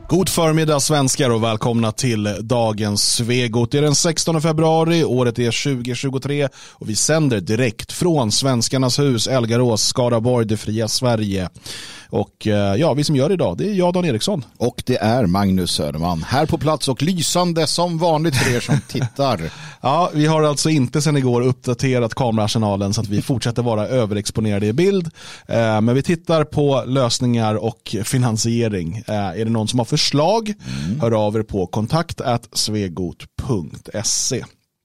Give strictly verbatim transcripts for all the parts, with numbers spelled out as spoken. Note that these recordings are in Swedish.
God förmiddag svenskar och välkomna till dagens Svegot. Det är den sextonde februari, året är tjugo tjugotre och vi sänder direkt från Svenskarnas hus, Elgarås, Skaraborg, det fria Sverige. Och ja, vi som gör det idag, det är jag, Dan Eriksson. Och det är Magnus Söderman, här på plats och lysande som vanligt för er som tittar. Ja, vi har alltså inte sedan igår uppdaterat kameraarsenalen så att vi fortsätter vara överexponerade i bild. Men vi tittar på lösningar och finansiering. Är det någon som har förslag? Mm. Hör av er på kontakt at svegot punkt se.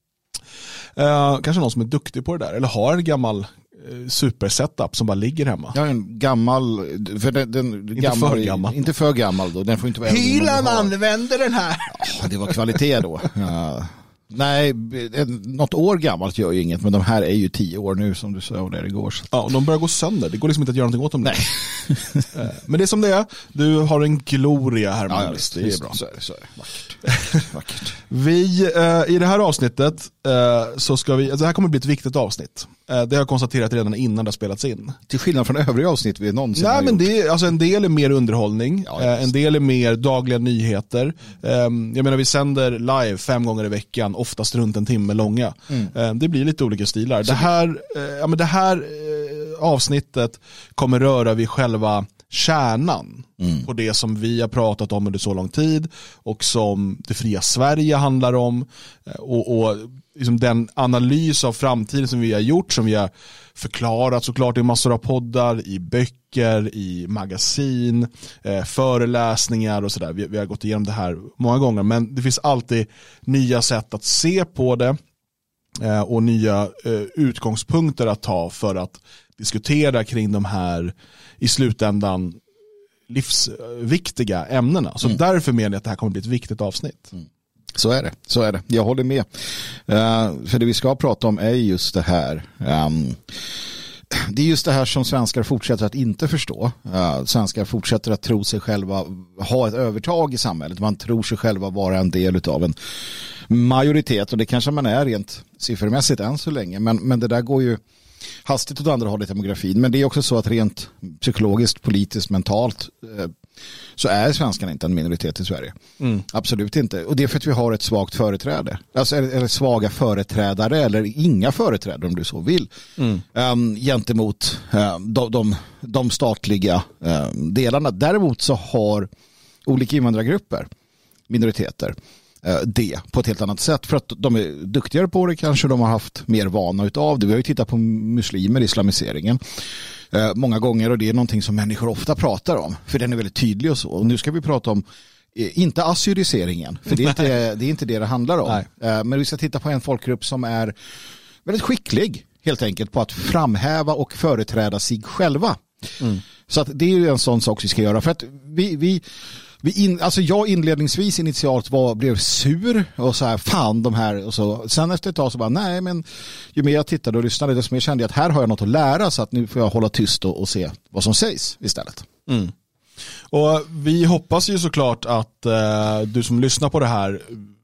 Kanske någon som är duktig på det där eller har en gammal supersetup som bara ligger hemma. Ja, en gammal, för den, den inte gammal, för gammal. Inte för gammal då. Den får inte vara Hyland använder den här. Ja, det var kvalitet då. Ja. Nej, något år gammalt gör ju inget, men de här är ju tio år nu som du sa där igår. Så. Ja, och de börjar gå sönder. Det går liksom inte att göra någonting åt dem. Nej. Men det är som det är. Du har en gloria här, Magnus. Ja, ja, det är bra. Så är det, så är det. Vackert. Vackert. Vi, eh, i det här avsnittet eh, så ska vi, alltså det här kommer bli ett viktigt avsnitt. Eh, det har jag konstaterat redan innan det har spelats in. Till skillnad från övriga avsnitt vi någonsin Nej, har men gjort. det är, alltså en del är mer underhållning, ja, eh, en del är mer dagliga nyheter. Eh, jag menar, vi sänder live fem gånger i veckan, oftast runt en timme långa. Mm. Eh, det blir lite olika stilar. Det här, eh, ja, men det här eh, avsnittet kommer röra vid själva kärnan mm. på det som vi har pratat om under så lång tid och som det fria Sverige handlar om och, och liksom den analys av framtiden som vi har gjort, som vi har förklarat såklart i massor av poddar, i böcker, i magasin, eh, föreläsningar och sådär. Vi, vi har gått igenom det här många gånger, men det finns alltid nya sätt att se på det eh, och nya eh, utgångspunkter att ta för att diskutera kring de här i slutändan livsviktiga ämnena. Så mm. därför menar jag att det här kommer bli ett viktigt avsnitt. Mm. Så är det, så är det. Jag håller med. Uh, för det vi ska prata om är just det här. Um, det är just det här som svenskar fortsätter att inte förstå. Uh, svenskar fortsätter att tro sig själva ha ett övertag i samhället. Man tror sig själva vara en del av en majoritet, och det kanske man är rent siffermässigt än så länge. Men, men det där går ju hastigt åt andra hållet i demografin. Men det är också så att rent psykologiskt, politiskt, mentalt eh, så är svenskarna inte en minoritet i Sverige. Mm. Absolut inte. Och det är för att vi har ett svagt företräde. Alltså, eller, eller svaga företrädare, eller inga företrädare om du så vill. Mm. Um, gentemot um, de, de, de statliga um, delarna. Däremot så har olika invandrargrupper, minoriteter, det på ett helt annat sätt, för att de är duktigare på det, kanske de har haft mer vana utav det. Vi har ju tittat på muslimer, islamiseringen eh, många gånger, och det är någonting som människor ofta pratar om, för den är väldigt tydlig och så. Och nu ska vi prata om eh, inte assyriseringen, för det är inte det är inte det, det handlar om. Eh, men vi ska titta på en folkgrupp som är väldigt skicklig helt enkelt på att framhäva och företräda sig själva. Mm. Så att det är ju en sån sak vi ska göra, för att vi, vi Vi in, alltså jag inledningsvis initialt var, blev sur och så här, fan de här, och så sen efter ett tag så bara, nej men ju mer jag tittade och lyssnade desto mer kände jag att här har jag något att lära, så att nu får jag hålla tyst och, och se vad som sägs istället. Mm. Och vi hoppas ju såklart att eh, du som lyssnar på det här,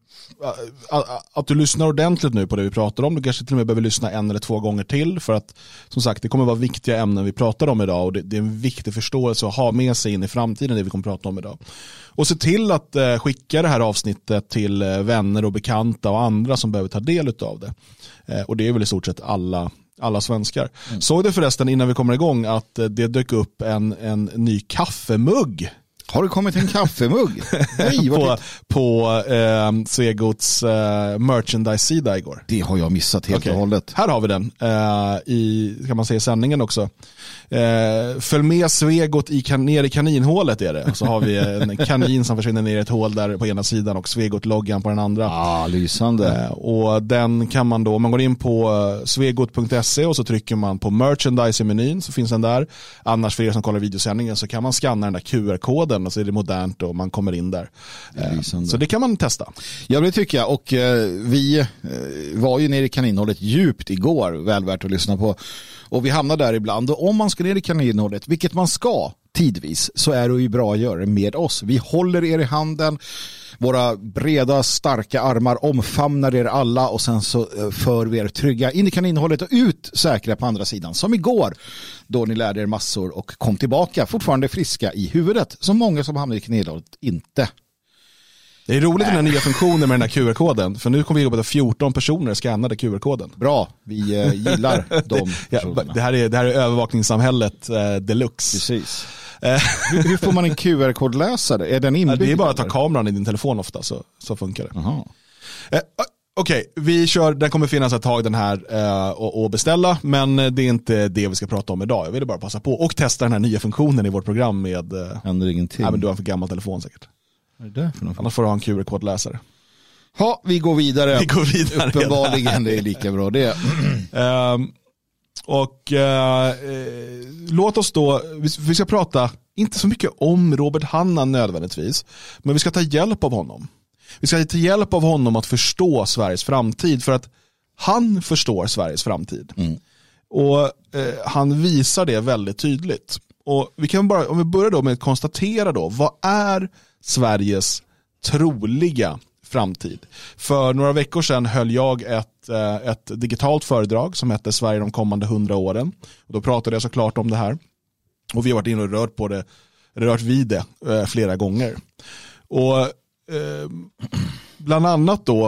att du lyssnar ordentligt nu på det vi pratar om. Du kanske till och med behöver lyssna en eller två gånger till, för att som sagt, det kommer vara viktiga ämnen vi pratar om idag, och det, det är en viktig förståelse att ha med sig in i framtiden, det vi kommer prata om idag. Och se till att eh, skicka det här avsnittet till eh, vänner och bekanta och andra som behöver ta del av det. Eh, och det är väl i stort sett alla alla svenskar. Mm. Såg det förresten innan vi kommer igång att eh, det dök upp en, en ny kaffemugg. Har det kommit en kaffemugg? Nej, på på eh, Svegots eh, merchandise-sida igår. Det har jag missat helt okay. och hållet. Här har vi den eh, i, kan man säga, sändningen också. Eh, följ med Svegot i kan, ner i kaninhålet är det. Och så har vi en kanin som försvinner ner i ett hål där på ena sidan och Svegot-loggan på den andra. Ah, lysande. Eh, och den kan man då, man går in på svegot punkt se och så trycker man på merchandise i menyn, så finns den där. Annars för er som kollar videosändningen så kan man scanna den där Q R-koden och så är det modernt och man kommer in där. Eh, så det kan man testa. Ja, det tycker jag. Och eh, vi eh, var ju nere i kaninhålet djupt igår, väl värt att lyssna på. Och vi hamnar där ibland. Och om man ska ner i kaninhålet, vilket man ska tidvis, så är det ju bra att göra det med oss. Vi håller er i handen. Våra breda, starka armar omfamnar er alla och sen så för vi er trygga in i kaninnhållet och ut säkra på andra sidan. Som igår då ni lärde er massor och kom tillbaka fortfarande friska i huvudet. Som många som hamnar i kaninnhållet inte. Det är roligt med den nya funktionen med den här Q R-koden. För nu kommer vi upp att fjorton personer skannade Q R-koden. Bra, vi eh, gillar de ja, det, här är, det här är övervakningssamhället eh, deluxe. Precis. hur, hur får man en Q R-kodläsare? Är den inbyggd? Det är bara att ta kameran i din telefon ofta så, så funkar det. Aha. Eh, Okej, okay, vi kör, den kommer finnas ett tag den här eh, och, och beställa, men det är inte det vi ska prata om idag. Jag ville bara passa på och testa den här nya funktionen i vårt program med... Eh, Händer ingenting. Nej, men du har en för gammal telefon säkert. Vad är det för något? Annars får du ha en Q R-kodläsare. Ja, vi går vidare. Vi går vidare. Uppenbarligen, det är lika bra det. um, och uh, låt oss då, vi, vi ska prata inte så mycket om Robert Hanna nödvändigtvis, men vi ska ta hjälp av honom. Vi ska ta hjälp av honom att förstå Sveriges framtid, för att han förstår Sveriges framtid. Mm. Och eh, han visar det väldigt tydligt. Och vi kan bara, om vi börjar då med att konstatera då, vad är Sveriges troliga framtid? För några veckor sedan höll jag ett, ett digitalt föredrag som hette Sverige de kommande hundra åren. Och då pratade jag såklart om det här. Och vi har varit inne och rört på det, rört vid det eh, flera gånger. Och eh, bland annat då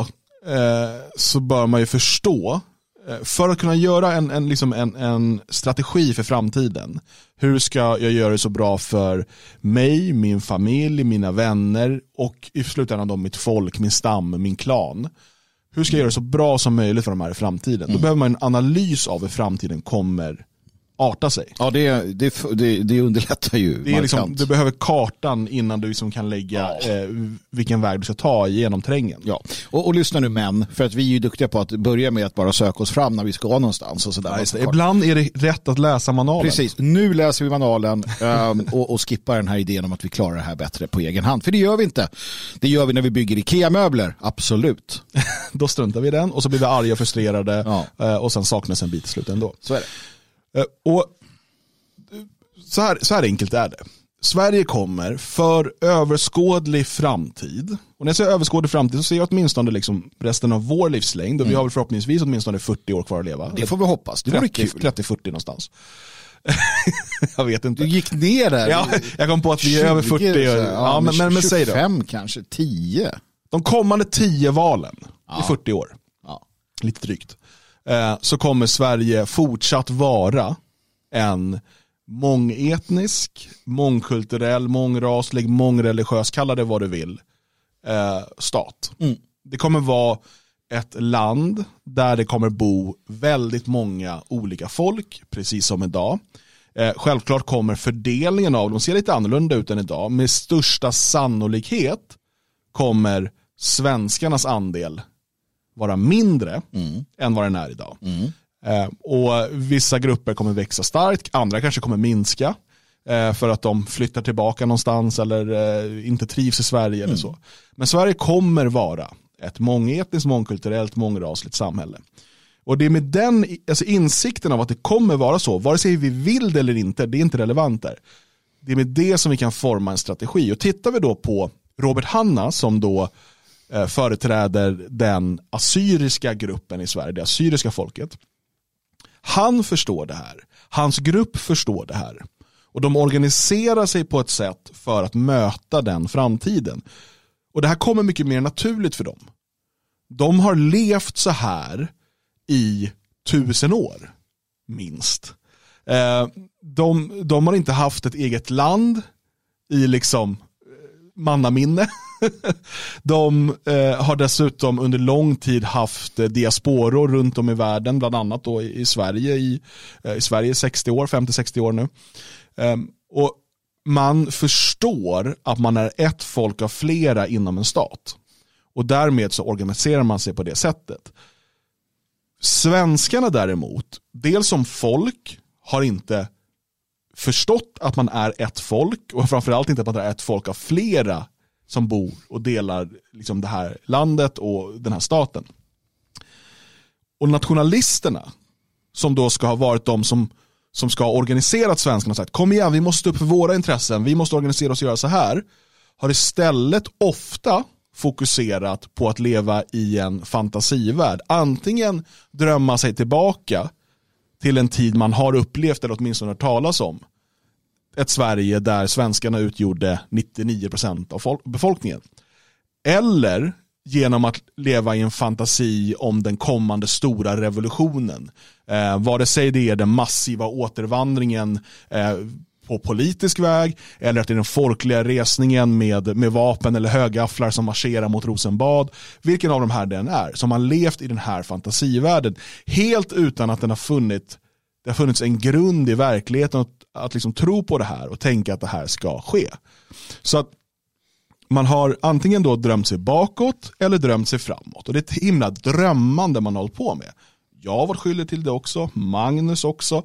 eh, så bör man ju förstå, för att kunna göra en, en, liksom en, en strategi för framtiden. Hur ska jag göra det så bra för mig, min familj, mina vänner och i slutändan då mitt folk, min stam, min klan. Hur ska jag göra det så bra som möjligt för de här i framtiden? Mm. Då behöver man en analys av hur framtiden kommer arta sig. Ja, det, det, det, det underlättar ju. Det är liksom, du behöver kartan innan du liksom kan lägga ja. eh, vilken väg du ska ta genom terrängen. Ja, och, och lyssna nu män, för att vi är ju duktiga på att börja med att bara söka oss fram när vi ska någonstans. Och sådär. Ja, ibland är det rätt att läsa manualen. Precis, nu läser vi manualen um, och, och skippar den här idén om att vi klarar det här bättre på egen hand. För det gör vi inte. Det gör vi när vi bygger IKEA-möbler, absolut. Då struntar vi i den och så blir vi arga och frustrerade ja. och sen saknas en bit i slutet ändå. Så är det. Och så här, så här enkelt är det. Sverige kommer för överskådlig framtid. Och när jag säger överskådlig framtid så ser jag åtminstone liksom resten av vår livslängd. Och mm. vi har väl förhoppningsvis åtminstone fyrtio år kvar att leva. Det får vi hoppas. Det vore kul. trettio till fyrtio någonstans. Jag vet inte. Du gick ner där. Ja, jag kom på att vi är över fyrtio. Ja, ja, men, men, men säg då. tjugofem kanske, tio. De kommande tio valen ja. i fyrtio år. Ja. Lite drygt. Så kommer Sverige fortsatt vara en mångetnisk, mångkulturell, mångraslig, mångreligiös, kalla det vad du vill, eh, stat. Mm. Det kommer vara ett land där det kommer bo väldigt många olika folk, precis som idag. Eh, självklart kommer fördelningen av dem se lite annorlunda ut än idag. Med största sannolikhet kommer svenskarnas andel vara mindre mm. än vad den är idag. Mm. Eh, och vissa grupper kommer växa starkt, andra kanske kommer minska eh, för att de flyttar tillbaka någonstans eller eh, inte trivs i Sverige mm. eller så. Men Sverige kommer vara ett mångetniskt, mångkulturellt, mångrasligt samhälle. Och det är med den alltså insikten av att det kommer vara så, vare sig vi vill det eller inte, det är inte relevant där. Det är med det som vi kan forma en strategi. Och tittar vi då på Robert Hanna som då eh, företräder den assyriska gruppen i Sverige, det assyriska folket. Han förstår det här. Hans grupp förstår det här. Och de organiserar sig på ett sätt för att möta den framtiden. Och det här kommer mycket mer naturligt för dem. De har levt så här i tusen år, minst. Eh, de, de har inte haft ett eget land i liksom mannaminne. De eh, har dessutom under lång tid haft eh, diasporor runt om i världen, bland annat då i, i Sverige i, eh, i Sverige sextio år, femtio sextio år nu. Eh, och man förstår att man är ett folk av flera inom en stat. Och därmed så organiserar man sig på det sättet. Svenskarna däremot, dels som folk, har inte förstått att man är ett folk och framförallt inte att man är ett folk av flera som bor och delar liksom det här landet och den här staten. Och nationalisterna som då ska ha varit de som, som ska ha organiserat svenskarna och sagt kom igen, vi måste upp för våra intressen, vi måste organisera oss och göra så här, har istället ofta fokuserat på att leva i en fantasivärld. Antingen drömma sig tillbaka till en tid man har upplevt eller åtminstone hört talas om. Ett Sverige där svenskarna utgjorde nittionio procent av folk- befolkningen. Eller genom att leva i en fantasi om den kommande stora revolutionen. Eh, vare sig det är den massiva återvandringen eh, på politisk väg eller att det är den folkliga resningen med, med vapen eller högafflar som marscherar mot Rosenbad. Vilken av de här den är. Som har levt i den här fantasivärlden helt utan att den har funnit, det har funnits en grund i verkligheten att, att liksom tro på det här och tänka att det här ska ske. Så att man har antingen då drömt sig bakåt eller drömt sig framåt. Och det är ett himla drömmande man har hållit på med. Jag har varit skyldig till det också. Magnus också.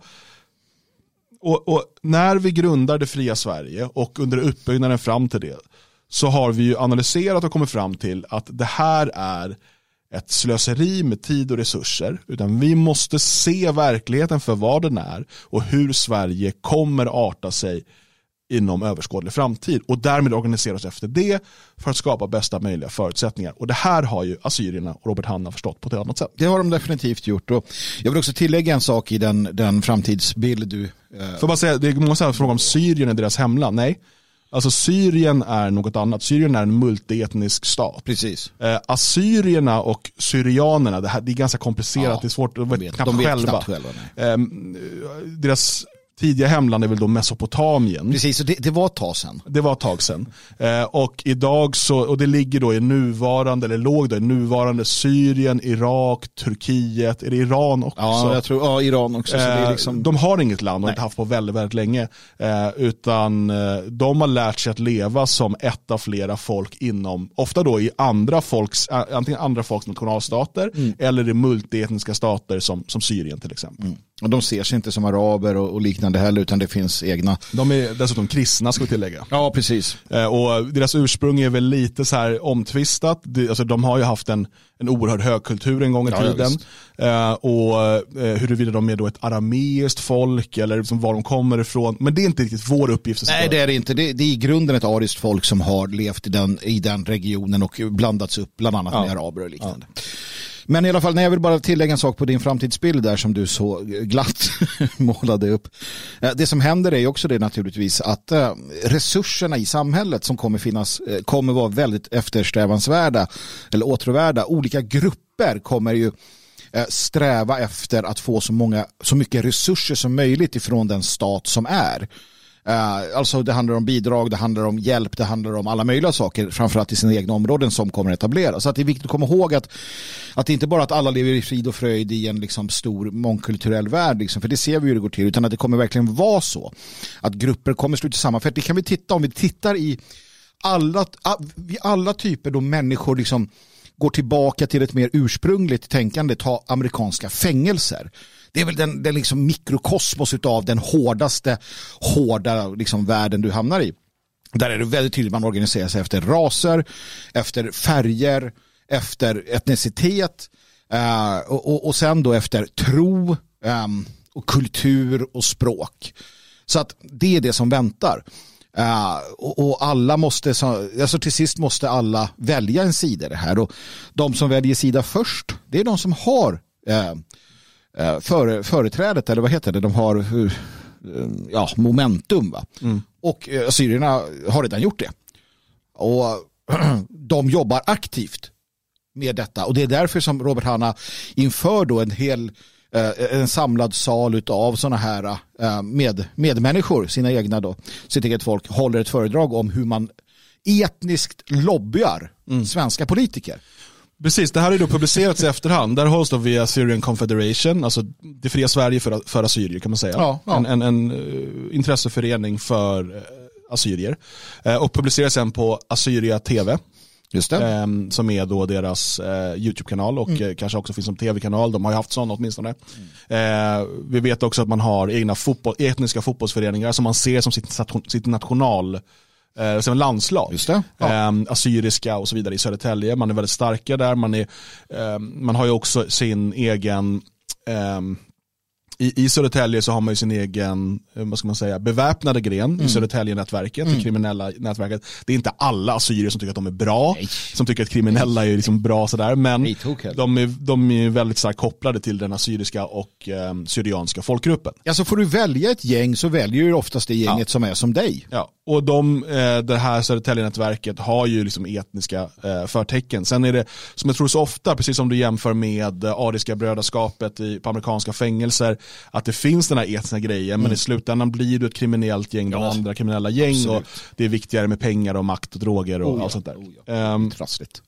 Och, och när vi grundar det fria Sverige och under uppbyggnaden fram till det så har vi ju analyserat och kommit fram till att det här är ett slöseri med tid och resurser. Utan vi måste se verkligheten för vad den är och hur Sverige kommer arta sig inom överskådlig framtid och därmed organisera oss efter det för att skapa bästa möjliga förutsättningar. Och det här har ju assyrierna och Robert Hanna förstått på ett annat sätt. Det har de definitivt gjort. Och jag vill också tillägga en sak i den, den framtidsbild du... Eh... Får bara säga, det måste säga fråga om Syrien är deras hemland. Nej. Alltså Syrien är något annat. Syrien är en multietnisk stat. Precis. Eh, assyrierna och syrianerna, det, här, det är ganska komplicerat, ja, det är svårt att veta knappt de vet själva. Knappt själva eh, deras tidiga hemland är väl då Mesopotamien. Precis, och det, det var ett tag sedan. Det var ett tag sedan. Eh, och idag så, och det ligger då i nuvarande, eller låg då i nuvarande Syrien, Irak, Turkiet, är det Iran också? Ja, jag tror, ja, Iran också. Så det är liksom... eh, de har inget land och inte haft på väldigt, väldigt länge. Eh, utan eh, de har lärt sig att leva som ett av flera folk inom, ofta då i andra folks, antingen andra folks nationalstater mm. eller i multietniska stater som, som Syrien till exempel. Mm. Och de ser sig inte som araber och, och liknande heller, utan det finns egna. De är dessutom kristna, ska vi tillägga. Ja, precis. Eh, och deras ursprung är väl lite så här omtvistat. De, alltså, de har ju haft en, en oerhörd högkultur en gång i ja, tiden. Eh, och eh, huruvida de är då ett arameiskt folk eller liksom var de kommer ifrån. Men det är inte riktigt vår uppgift. Nej, det är det inte. Det, det är i grunden ett ariskt folk som har levt i den, i den regionen och blandats upp bland annat ja. med araber och liknande. Ja. Men i alla fall, när jag vill bara tillägga en sak på din framtidsbild där som du så glatt målade upp. Det som händer är ju också det naturligtvis att resurserna i samhället som kommer finnas kommer vara väldigt eftersträvansvärda eller åtråvärda. Olika grupper kommer ju sträva efter att få så många, så mycket resurser som möjligt ifrån den stat som är. Uh, alltså det handlar om bidrag, det handlar om hjälp, det handlar om alla möjliga saker, framförallt i sina egna områden som kommer att etableras. Så att det är viktigt att komma ihåg att, att det inte bara att alla lever i frid och fröjd i en liksom stor mångkulturell värld, liksom, för det ser vi hur det går till, utan att det kommer verkligen vara så att grupper kommer sluta samman. För det kan vi titta om vi tittar i alla, i alla typer då människor liksom går tillbaka till ett mer ursprungligt tänkande, ta amerikanska fängelser. Det är väl den, den liksom mikrokosmos av den hårdaste hårda liksom världen du hamnar i. Där är det väldigt tydligt man organiserar sig efter raser, efter färger, efter etnicitet uh, och, och, och sen då efter tro um, och kultur och språk. Så att det är det som väntar. Uh, och, och alla måste, så, alltså till sist måste alla välja en sida i det här. Och de som väljer sida först, det är de som har uh, För, företrädet, eller vad heter det, de har ja, momentum va? Mm. Och eh, assyrierna har redan gjort det och de jobbar aktivt med detta, och det är därför som Robert Hanna inför då en hel eh, en samlad sal utav sådana här eh, med, medmänniskor, sina egna då, sitt eget folk, håller ett föredrag om hur man etniskt lobbyar mm. svenska politiker. Precis, det här är då publicerats i efterhand. Där hålls då via Syrian Confederation, alltså det fria Sverige för, för assyrier kan man säga. Ja, ja. En, en, en uh, intresseförening för uh, assyrier. Uh, och publiceras sen på Assyria T V. Just det. Um, som är då deras uh, YouTube-kanal och mm. uh, kanske också finns som tv-kanal. De har ju haft sådana åtminstone. Mm. Uh, vi vet också att man har egna fotboll, etniska fotbollsföreningar som man ser som sitt, sitt national Eh, som en landslag. Just det. Ja. Eh, assyriska och så vidare i Södertälje. Man är väldigt starka där. Man, är, eh, man har ju också sin egen eh, I, I Södertälje så har man ju sin egen, vad ska man säga, beväpnade gren mm. i Södertälje-nätverket, mm. det kriminella nätverket. Det är inte alla assyrier som tycker att de är bra, Nej. som tycker att kriminella är liksom bra sådär, men de är, de är väldigt starkt kopplade till den assyriska och eh, syrianska folkgruppen. Ja, så får du välja ett gäng så väljer du oftast det gänget ja. som är som dig. Ja, och de, eh, det här Södertälje-nätverket har ju liksom etniska eh, förtecken. Sen är det, som jag tror så ofta, precis som du jämför med eh, ariska brödraskapet i, på amerikanska fängelser, att det finns den här etniska grejen, mm. men i slutändan blir du ett kriminellt gäng ja. bland andra kriminella gäng. Absolut. Och det är viktigare med pengar och makt och droger och oh, allt ja. sånt där. Oh, ja. um, Trassligt.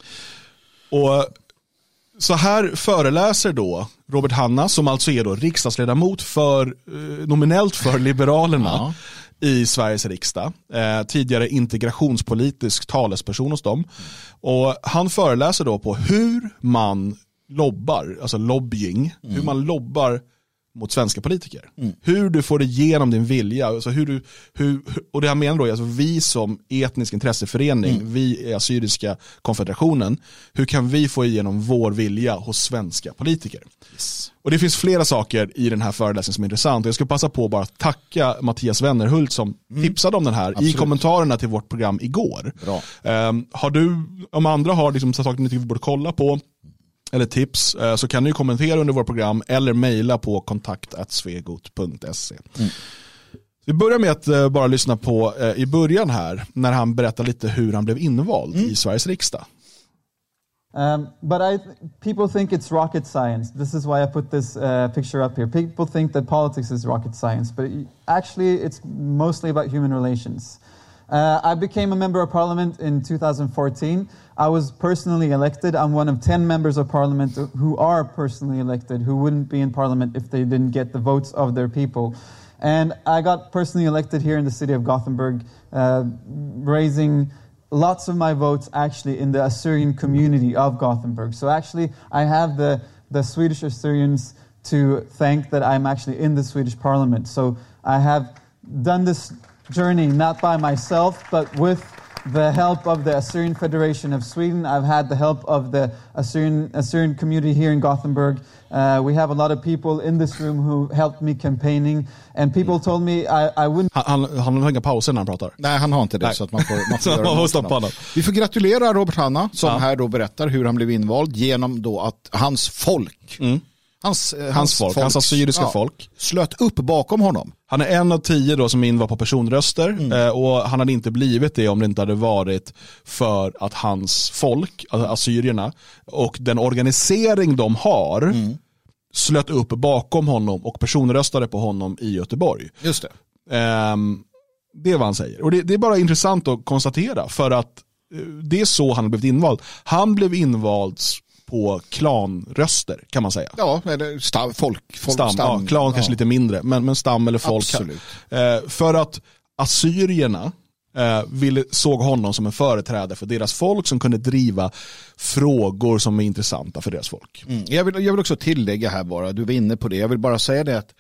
Och så här föreläser då Robert Hanna, som alltså är då riksdagsledamot för, eh, nominellt för Liberalerna ja. i Sveriges riksdag. Eh, tidigare integrationspolitisk talesperson hos dem. Och han föreläser då på hur man lobbar, alltså lobbying, mm. hur man lobbar mot svenska politiker. Mm. Hur du får igenom din vilja. Alltså hur du, hur, och det här menar då, alltså vi som etnisk intresseförening, mm. vi är Assyriska konfederationen, hur kan vi få igenom vår vilja hos svenska politiker? Yes. Och det finns flera saker i den här föreläsningen som är intressant. Jag ska passa på bara att tacka Mattias Wennerhult som mm. tipsade om den här Absolut. i kommentarerna till vårt program igår. Bra. Um, har du, om andra har liksom saker ni tycker vi borde kolla på eller tips, så kan ni kommentera under vårt program eller mejla på kontakt at svegot punkt se. Mm. Vi börjar med att bara lyssna på i början här när han berättar lite hur han blev invald mm. i Sveriges riksdag. Um, but I, people think it's rocket science. This is why I put this uh, picture up here. People think that politics is rocket science, but actually it's mostly about human relations. Uh, I became a member of parliament in two thousand fourteen. I was personally elected. I'm one of ten members of parliament who are personally elected, who wouldn't be in parliament if they didn't get the votes of their people. And I got personally elected here in the city of Gothenburg, uh, raising lots of my votes actually in the Assyrian community of Gothenburg. So actually I have the, the Swedish Assyrians to thank that I'm actually in the Swedish parliament. So I have done this journey not by myself, but with the help of the Assyrian Federation of Sweden. I've had the help of the Assyrian, Assyrian community here in Gothenburg. Uh, we have a lot of people in this room who helped me campaigning, and people told me I, I wouldn't... Han, han har inga pauser när han pratar. Nej, han har inte det. Nej. Så att man får, man får så göra man stoppa honom. Vi får gratulera Robert Hanna som ja. här då berättar hur han blev invald genom då att hans folk... Mm. Hans, hans, hans folk, folk, hans assyriska ja, folk slöt upp bakom honom. Han är en av tio då som är invar på personröster mm. eh, och han hade inte blivit det om det inte hade varit för att hans folk, alltså assyrierna, och den organisering de har mm. slöt upp bakom honom och personröstade på honom i Göteborg. Just det. Eh, det är vad han säger. Och det, det är bara intressant att konstatera, för att eh, det är så han har blivit invald. Han blev invald på klanröster kan man säga. Ja, eller stam, folk, folk stam, stam. Ja, klan kanske ja. lite mindre, men, men stam eller folk. Absolut. Eh, för att assyrierna eh, ville, såg honom som en företrädare för deras folk som kunde driva frågor som är intressanta för deras folk. Mm. Jag, vill, jag vill också tillägga här bara, du var inne på det, jag vill bara säga det att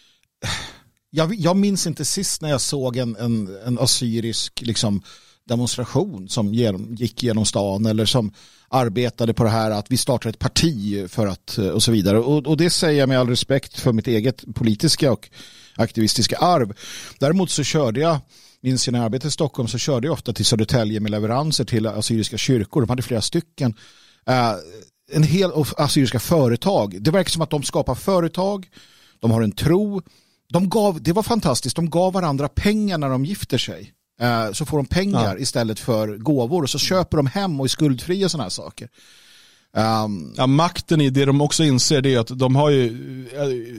jag, jag minns inte sist när jag såg en, en, en assyrisk liksom demonstration som genom, gick genom stan eller som arbetade på det här att vi startar ett parti för att och så vidare. Och, och det säger jag med all respekt för mitt eget politiska och aktivistiska arv. Däremot så körde jag, minns jag när jag arbetade i Stockholm, så körde jag ofta till Södertälje med leveranser till assyriska kyrkor. De hade flera stycken. Uh, en hel assyriska företag. Det verkar som att de skapar företag. De har en tro. De gav, det var fantastiskt. De gav varandra pengar när de gifter sig. Uh, så får de pengar ja. istället för gåvor och så köper de hem och är skuldfria och sådana här saker. Um, ja, makten i det de också inser det är att de har ju uh,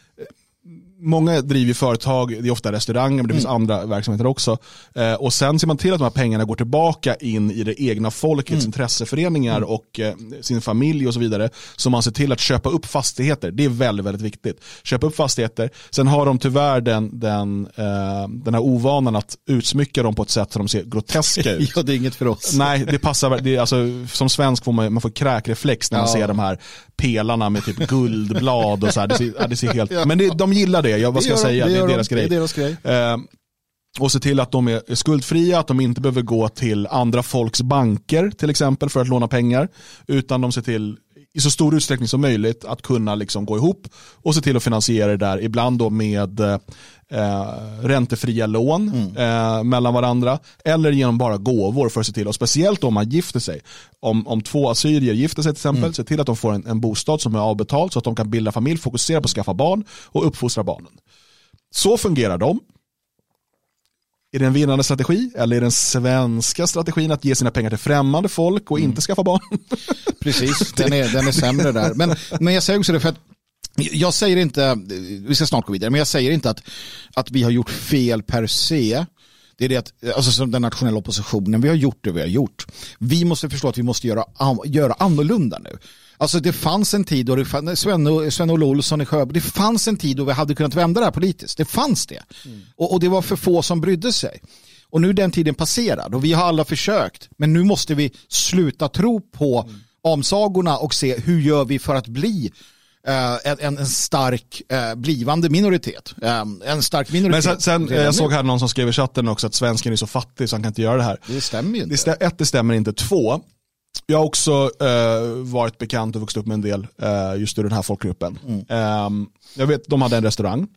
många driver företag, det är ofta restauranger men det mm. finns andra verksamheter också. Eh, och sen ser man till att de här pengarna går tillbaka in i det egna folkets mm. intresseföreningar mm. och eh, sin familj och så vidare. Så man ser till att köpa upp fastigheter. Det är väldigt, väldigt viktigt. Köpa upp fastigheter. Sen har de tyvärr den, den, eh, den här ovanan att utsmycka dem på ett sätt så de ser groteska ut. Ja, det är inget för oss. Nej, det passar. Det är, alltså, som svensk får man, man får kräkreflex när man ja. ser de här pelarna med typ guldblad och så här. Det ser, det ser helt... Ja. Men det, de gillar det. Jag, vad ska jag säga? Det, det, är de, deras det är deras grej. Eh, och se till att de är skuldfria, att de inte behöver gå till andra folks banker till exempel för att låna pengar, utan de ser till i så stor utsträckning som möjligt att kunna liksom gå ihop och se till att finansiera det där, ibland då med eh, räntefria lån mm. eh, mellan varandra eller genom bara gåvor för att se till, och speciellt om man gifter sig. Om, om två assyrier gifter sig till exempel, mm. se till att de får en, en bostad som är avbetald så att de kan bilda familj, fokusera på att skaffa barn och uppfostra barnen. Så fungerar de. Är det en vinnande strategi eller är det den svenska strategin att ge sina pengar till främmande folk och mm. inte skaffa barn? Precis, den är, den är sämre där. Men, men jag säger också det för att jag säger inte, vi ska snart gå vidare, men jag säger inte att, att vi har gjort fel per se. Det är det att, alltså som den nationella oppositionen, vi har gjort det vi har gjort. Vi måste förstå att vi måste göra, göra annorlunda nu. Alltså det fanns en tid då det fanns, Sven, Sven-Olle Olsson i Sjöbo, det fanns en tid då vi hade kunnat vända det här politiskt. Det fanns det. Mm. Och, och det var för få som brydde sig. Och nu är den tiden passerad och vi har alla försökt. Men nu måste vi sluta tro på mm. omsagorna och se hur gör vi för att bli uh, en, en stark uh, blivande minoritet. Um, en stark minoritet. Men sen, sen jag såg här någon som skrev i chatten också att svensken är så fattig så han kan inte göra det här. Det stämmer ju inte. Det stä- ett, det stämmer inte. Två, jag har också uh, varit bekant och vuxit upp med en del uh, just i den här folkgruppen. Mm. Um, jag vet, de hade en restaurang.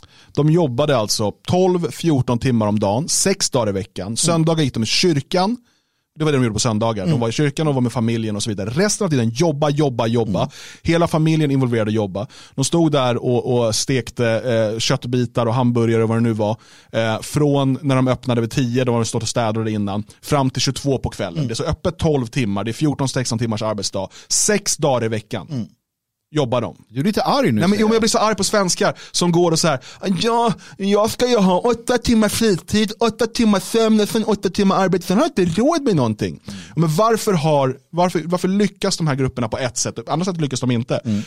De jobbade alltså tolv fjorton timmar om dagen, sex dagar i veckan. Söndagar gick de i kyrkan. Det var det de gjorde på söndagar. Mm. De var i kyrkan och var med familjen och så vidare. Resten av tiden jobba, jobba, jobba. Mm. Hela familjen involverade jobba. De stod där och, och stekte eh, köttbitar och hamburgare och vad det nu var. Eh, från när de öppnade vid tio, då var de stått och städade innan, fram till tjugotvå på kvällen. Mm. Det är så öppet tolv timmar. Det är fjorton sexton timmars arbetsdag. Sex dagar i veckan. Mm. Jobbar de. Du är lite arg nu. Nej, men, jo, men jag blir så arg på svenskar som går och så här, ja, jag ska ju ha åtta timmar fritid, åtta timmar sömn, sen åtta timmar arbete, sen har jag inte råd med någonting. Mm. Men varför har, varför, varför lyckas de här grupperna på ett sätt, annars sätt lyckas de inte? Mm.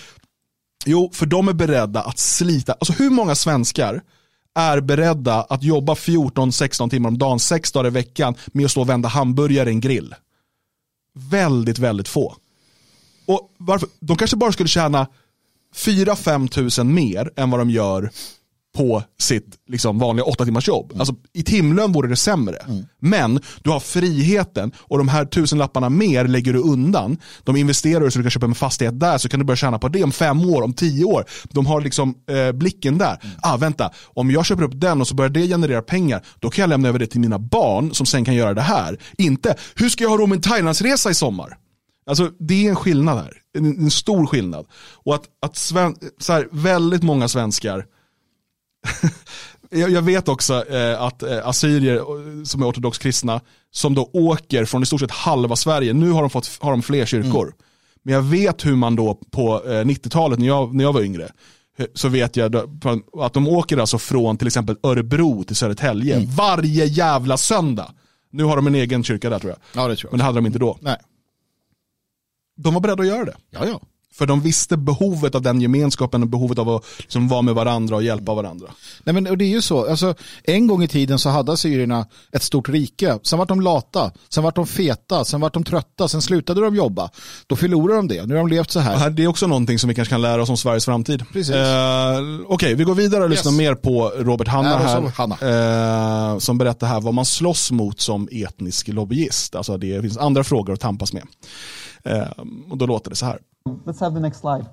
Jo, för de är beredda att slita. Alltså hur många svenskar är beredda att jobba fjorton sexton timmar om dagen, sex dagar i veckan med att stå och vända hamburgare i en grill? Väldigt, väldigt få. Och varför? De kanske bara skulle tjäna fyra till fem tusen mer än vad de gör på sitt liksom, vanliga åtta timmars jobb. Mm. Alltså i timlön vore det sämre. Mm. Men du har friheten och de här tusen lapparna mer lägger du undan. De investerar så du kan köpa en fastighet där, så kan du börja tjäna på det om fem år, om tio år. De har liksom eh, blicken där. Mm. Ah, vänta, om jag köper upp den och så börjar det generera pengar, då kan jag lämna över det till mina barn som sen kan göra det här. Inte, hur ska jag ha råd med en Thailandsresa i sommar? Alltså det är en skillnad här, en, en stor skillnad. Och att, att sven, så här, väldigt många svenskar jag, jag vet också eh, att eh, assyrier som är ortodox kristna som då åker från i stort sett halva Sverige, nu har de fått har de fler kyrkor. Mm. Men jag vet hur man då på eh, nittiotalet när jag, när jag var yngre, så vet jag då, att de åker alltså från till exempel Örebro till Södertälje mm. varje jävla söndag. Nu har de en egen kyrka där tror jag. Ja, det tror jag. Men det hade de inte då. Nej. De var beredda att göra det. Ja, ja. För de visste behovet av den gemenskapen och behovet av att liksom vara med varandra och hjälpa varandra. Nej, men och det är ju så. Alltså, en gång i tiden så hade assyrierna ett stort rike. Sen var de lata, sen var de feta, sen var de trötta, sen slutade de jobba. Då förlorade de det. Nu har de levt så här. här det är också någonting som vi kanske kan lära oss om Sveriges framtid. Precis. Eh, Okej, okay, vi går vidare och lyssnar yes. mer på Robert Hanna här. Hanna. Eh, som berättar här vad man slåss mot som etnisk lobbyist. Alltså det finns andra frågor att tampas med. Eh, och då låter det så här. Let's have the next slide.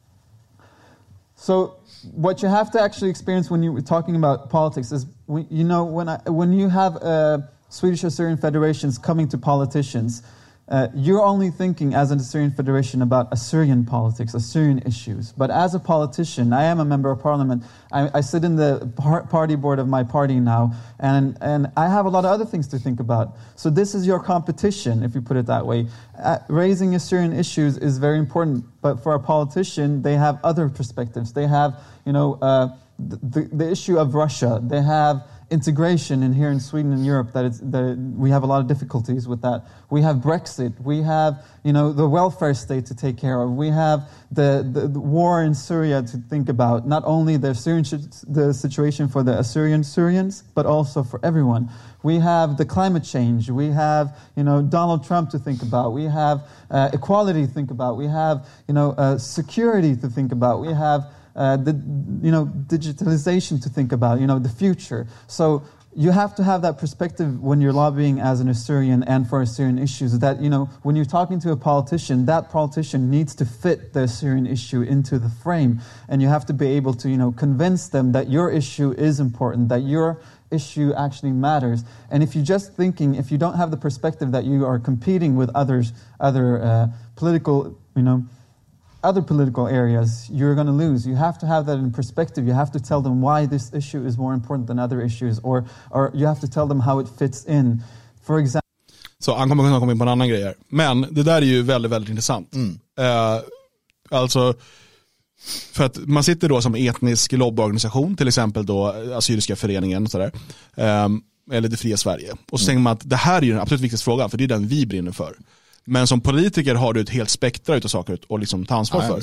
So, what you have to actually experience when you're talking about politics is, you know, when I, when you have uh, Swedish Assyrian federations coming to politicians, uh, you're only thinking as an Assyrian federation about Assyrian politics, Assyrian issues. But as a politician, I am a member of parliament. I, I sit in the par- party board of my party now, and and I have a lot of other things to think about. So this is your competition, if you put it that way. Uh, raising Assyrian issues is very important, but for a politician, they have other perspectives. They have, you know, uh, the, the issue of Russia. They have integration in here in Sweden and Europe, that, it's, that we have a lot of difficulties with that. We have Brexit. We have, you know, the welfare state to take care of. We have the, the, the war in Syria to think about. Not only the Syrian the situation for the Assyrian Syrians, but also for everyone. We have the climate change. We have, you know, Donald Trump to think about. We have uh, equality to think about. We have, you know, uh, security to think about. We have Uh, the, you know, digitalization to think about, you know, the future. So you have to have that perspective when you're lobbying as an Assyrian and for Assyrian issues, that, you know, when you're talking to a politician, that politician needs to fit the Assyrian issue into the frame. And you have to be able to, you know, convince them that your issue is important, that your issue actually matters. And if you're just thinking, if you don't have the perspective that you are competing with others, other uh, political, you know, other political areas, you're going to lose. You have to have that in perspective. You have to tell them why this issue is more important than other issues, or or you have to tell them how it fits in. For example. Så han kommer kunna komma in på en annan grej här. Men det där är ju väldigt, väldigt intressant. Mm. Uh, alltså, för att man sitter då som etnisk lobbyorganisation, till exempel då Assyriska föreningen och sådär, um, eller Det fria Sverige. Och så mm. tänker man att det här är ju den absolut viktigaste frågan, för det är den vi brinner för. Men som politiker har du ett helt spektra utav saker och liksom ta ansvar för.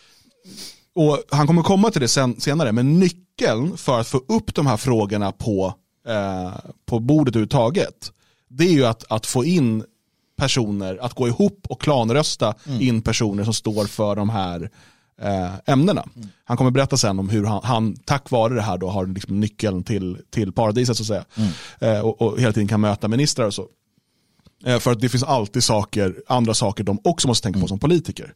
Och han kommer komma till det sen, senare, men nyckeln för att få upp de här frågorna på, eh, på bordet överhuvudtaget, det är ju att, att få in personer, att gå ihop och klanrösta mm. in personer som står för de här eh, ämnena. Mm. Han kommer berätta sen om hur han, han tack vare det här då har liksom nyckeln till, till paradiset så att säga. Mm. Eh, och, och hela tiden kan möta ministrar och så. För att det finns alltid saker, andra saker de också måste tänka på som politiker.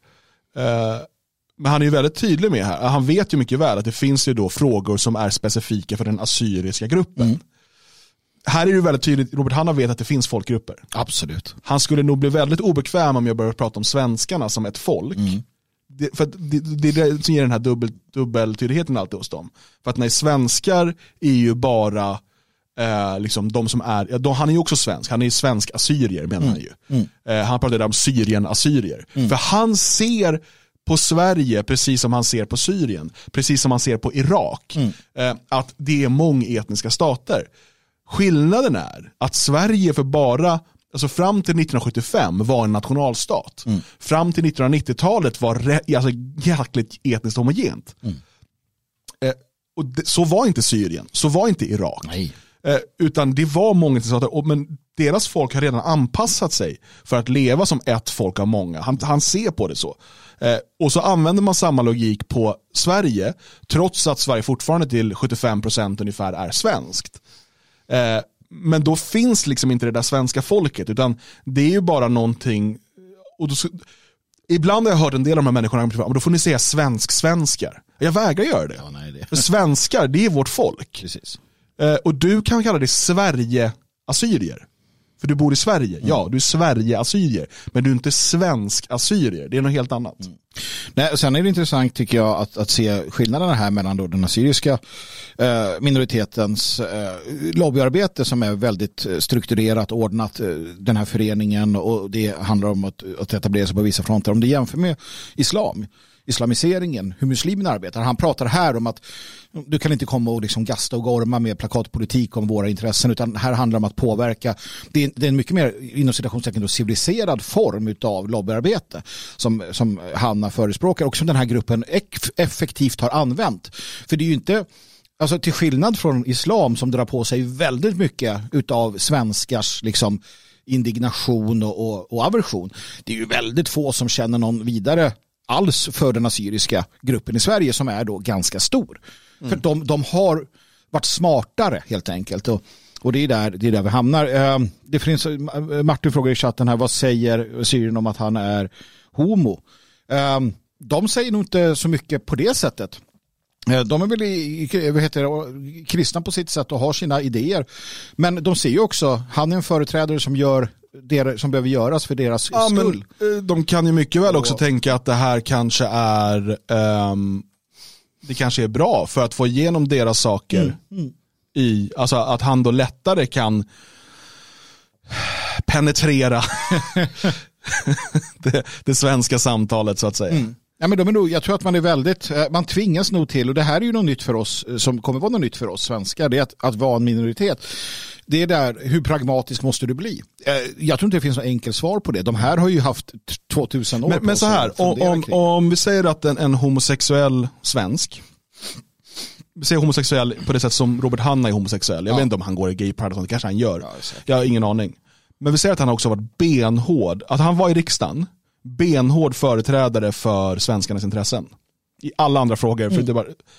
Men han är ju väldigt tydlig med här. Han vet ju mycket väl att det finns ju då frågor som är specifika för den assyriska gruppen. Mm. Här är det ju väldigt tydligt, Robert Hanna vet att det finns folkgrupper. Absolut. Han skulle nog bli väldigt obekväm om jag börjar prata om svenskarna som ett folk. Mm. Det, för det, det är det som ger den här dubbel, dubbeltydigheten alltid hos dem. För att när svenskar är ju bara... Eh, liksom de som är, ja, de, han är ju också svensk, han är ju svensk assyrier menar mm. han ju. Mm. Eh, han pratade om Syrien assyrier. Mm. För han ser på Sverige precis som han ser på Syrien, precis som han ser på Irak, mm. eh, att det är mångetniska stater. Skillnaden är att Sverige för bara, alltså fram till nittonhundrasjuttiofem var en nationalstat. Mm. Fram till nittonhundranittiotalet var re, alltså jäkligt etniskt homogent. Mm. Eh, och det, så var inte Syrien, så var inte Irak. Nej. Eh, utan det var många stater, men deras folk har redan anpassat sig för att leva som ett folk av många. Han, han ser på det så. Eh, och så använder man samma logik på Sverige, trots att Sverige fortfarande till sjuttiofem procent ungefär är svenskt. Eh, men då finns liksom inte det där svenska folket, utan det är ju bara någonting. Och då, ibland har jag hört en del av de här människorna, men då får ni säga svensk-svenskar. Jag vägrar göra det. Ja, nej, det. För svenskar, det är vårt folk. Precis. Eh, och du kan kalla det Sverige-assyrier. För du bor i Sverige. Mm. Ja, du är Sverige-assyrier. Men du är inte svensk-assyrier. Det är något helt annat. Mm. Nej, sen är det intressant tycker jag att, att se skillnaderna här mellan då den assyriska eh, minoritetens eh, lobbyarbete som är väldigt strukturerat, ordnat, eh, den här föreningen, och det handlar om att, att etablera sig på vissa fronter. Om det jämför med islam, islamiseringen, hur muslimerna arbetar. Han pratar här om att du kan inte komma och liksom gasta och gorma med plakatpolitik om våra intressen, utan här handlar det om att påverka. Det är, det är en mycket mer inom citationstecken då civiliserad form av lobbyarbete som, som Hanna förespråkar och som den här gruppen effektivt har använt. För det är ju inte, alltså till skillnad från islam som drar på sig väldigt mycket utav svenskars liksom indignation och, och, och aversion. Det är ju väldigt få som känner någon vidare alls för den assyriska gruppen i Sverige som är då ganska stor. Mm. För de, de har varit smartare helt enkelt. Och, och det är där, det är där vi hamnar. Uh, det finns, Martin frågar i chatten här, vad säger Syrien om att han är homo? Uh, de säger nog inte så mycket på det sättet. Uh, de är väl i, vad heter det, kristna på sitt sätt och har sina idéer. Men de ser ju också, han är en företrädare som gör det som behöver göras för deras ja, skull. Men, de kan ju mycket väl också och, tänka att det här kanske är um, det kanske är bra för att få igenom deras saker mm, mm. i, alltså att han då lättare kan penetrera det, det svenska samtalet så att säga. Mm. Ja, men de är nog, jag tror att man är väldigt, man tvingas nog till, och det här är ju något nytt för oss som kommer vara något nytt för oss svenskar, det är att, att vara en minoritet. Det är där, hur pragmatisk måste du bli? Jag tror inte det finns något enkelt svar på det. De här har ju haft tvåtusen år. Men, men så här, om, om, om vi säger att en, en homosexuell svensk, vi säger homosexuell på det sätt som Robert Hanna är homosexuell. Jag ja. vet inte om han går i gay pride, det kanske han gör. Ja, jag har ingen aning. Men vi säger att han också har varit benhård, att han var i riksdagen, benhård företrädare för svenskarnas intressen. I alla andra frågor. Mm. För det bara,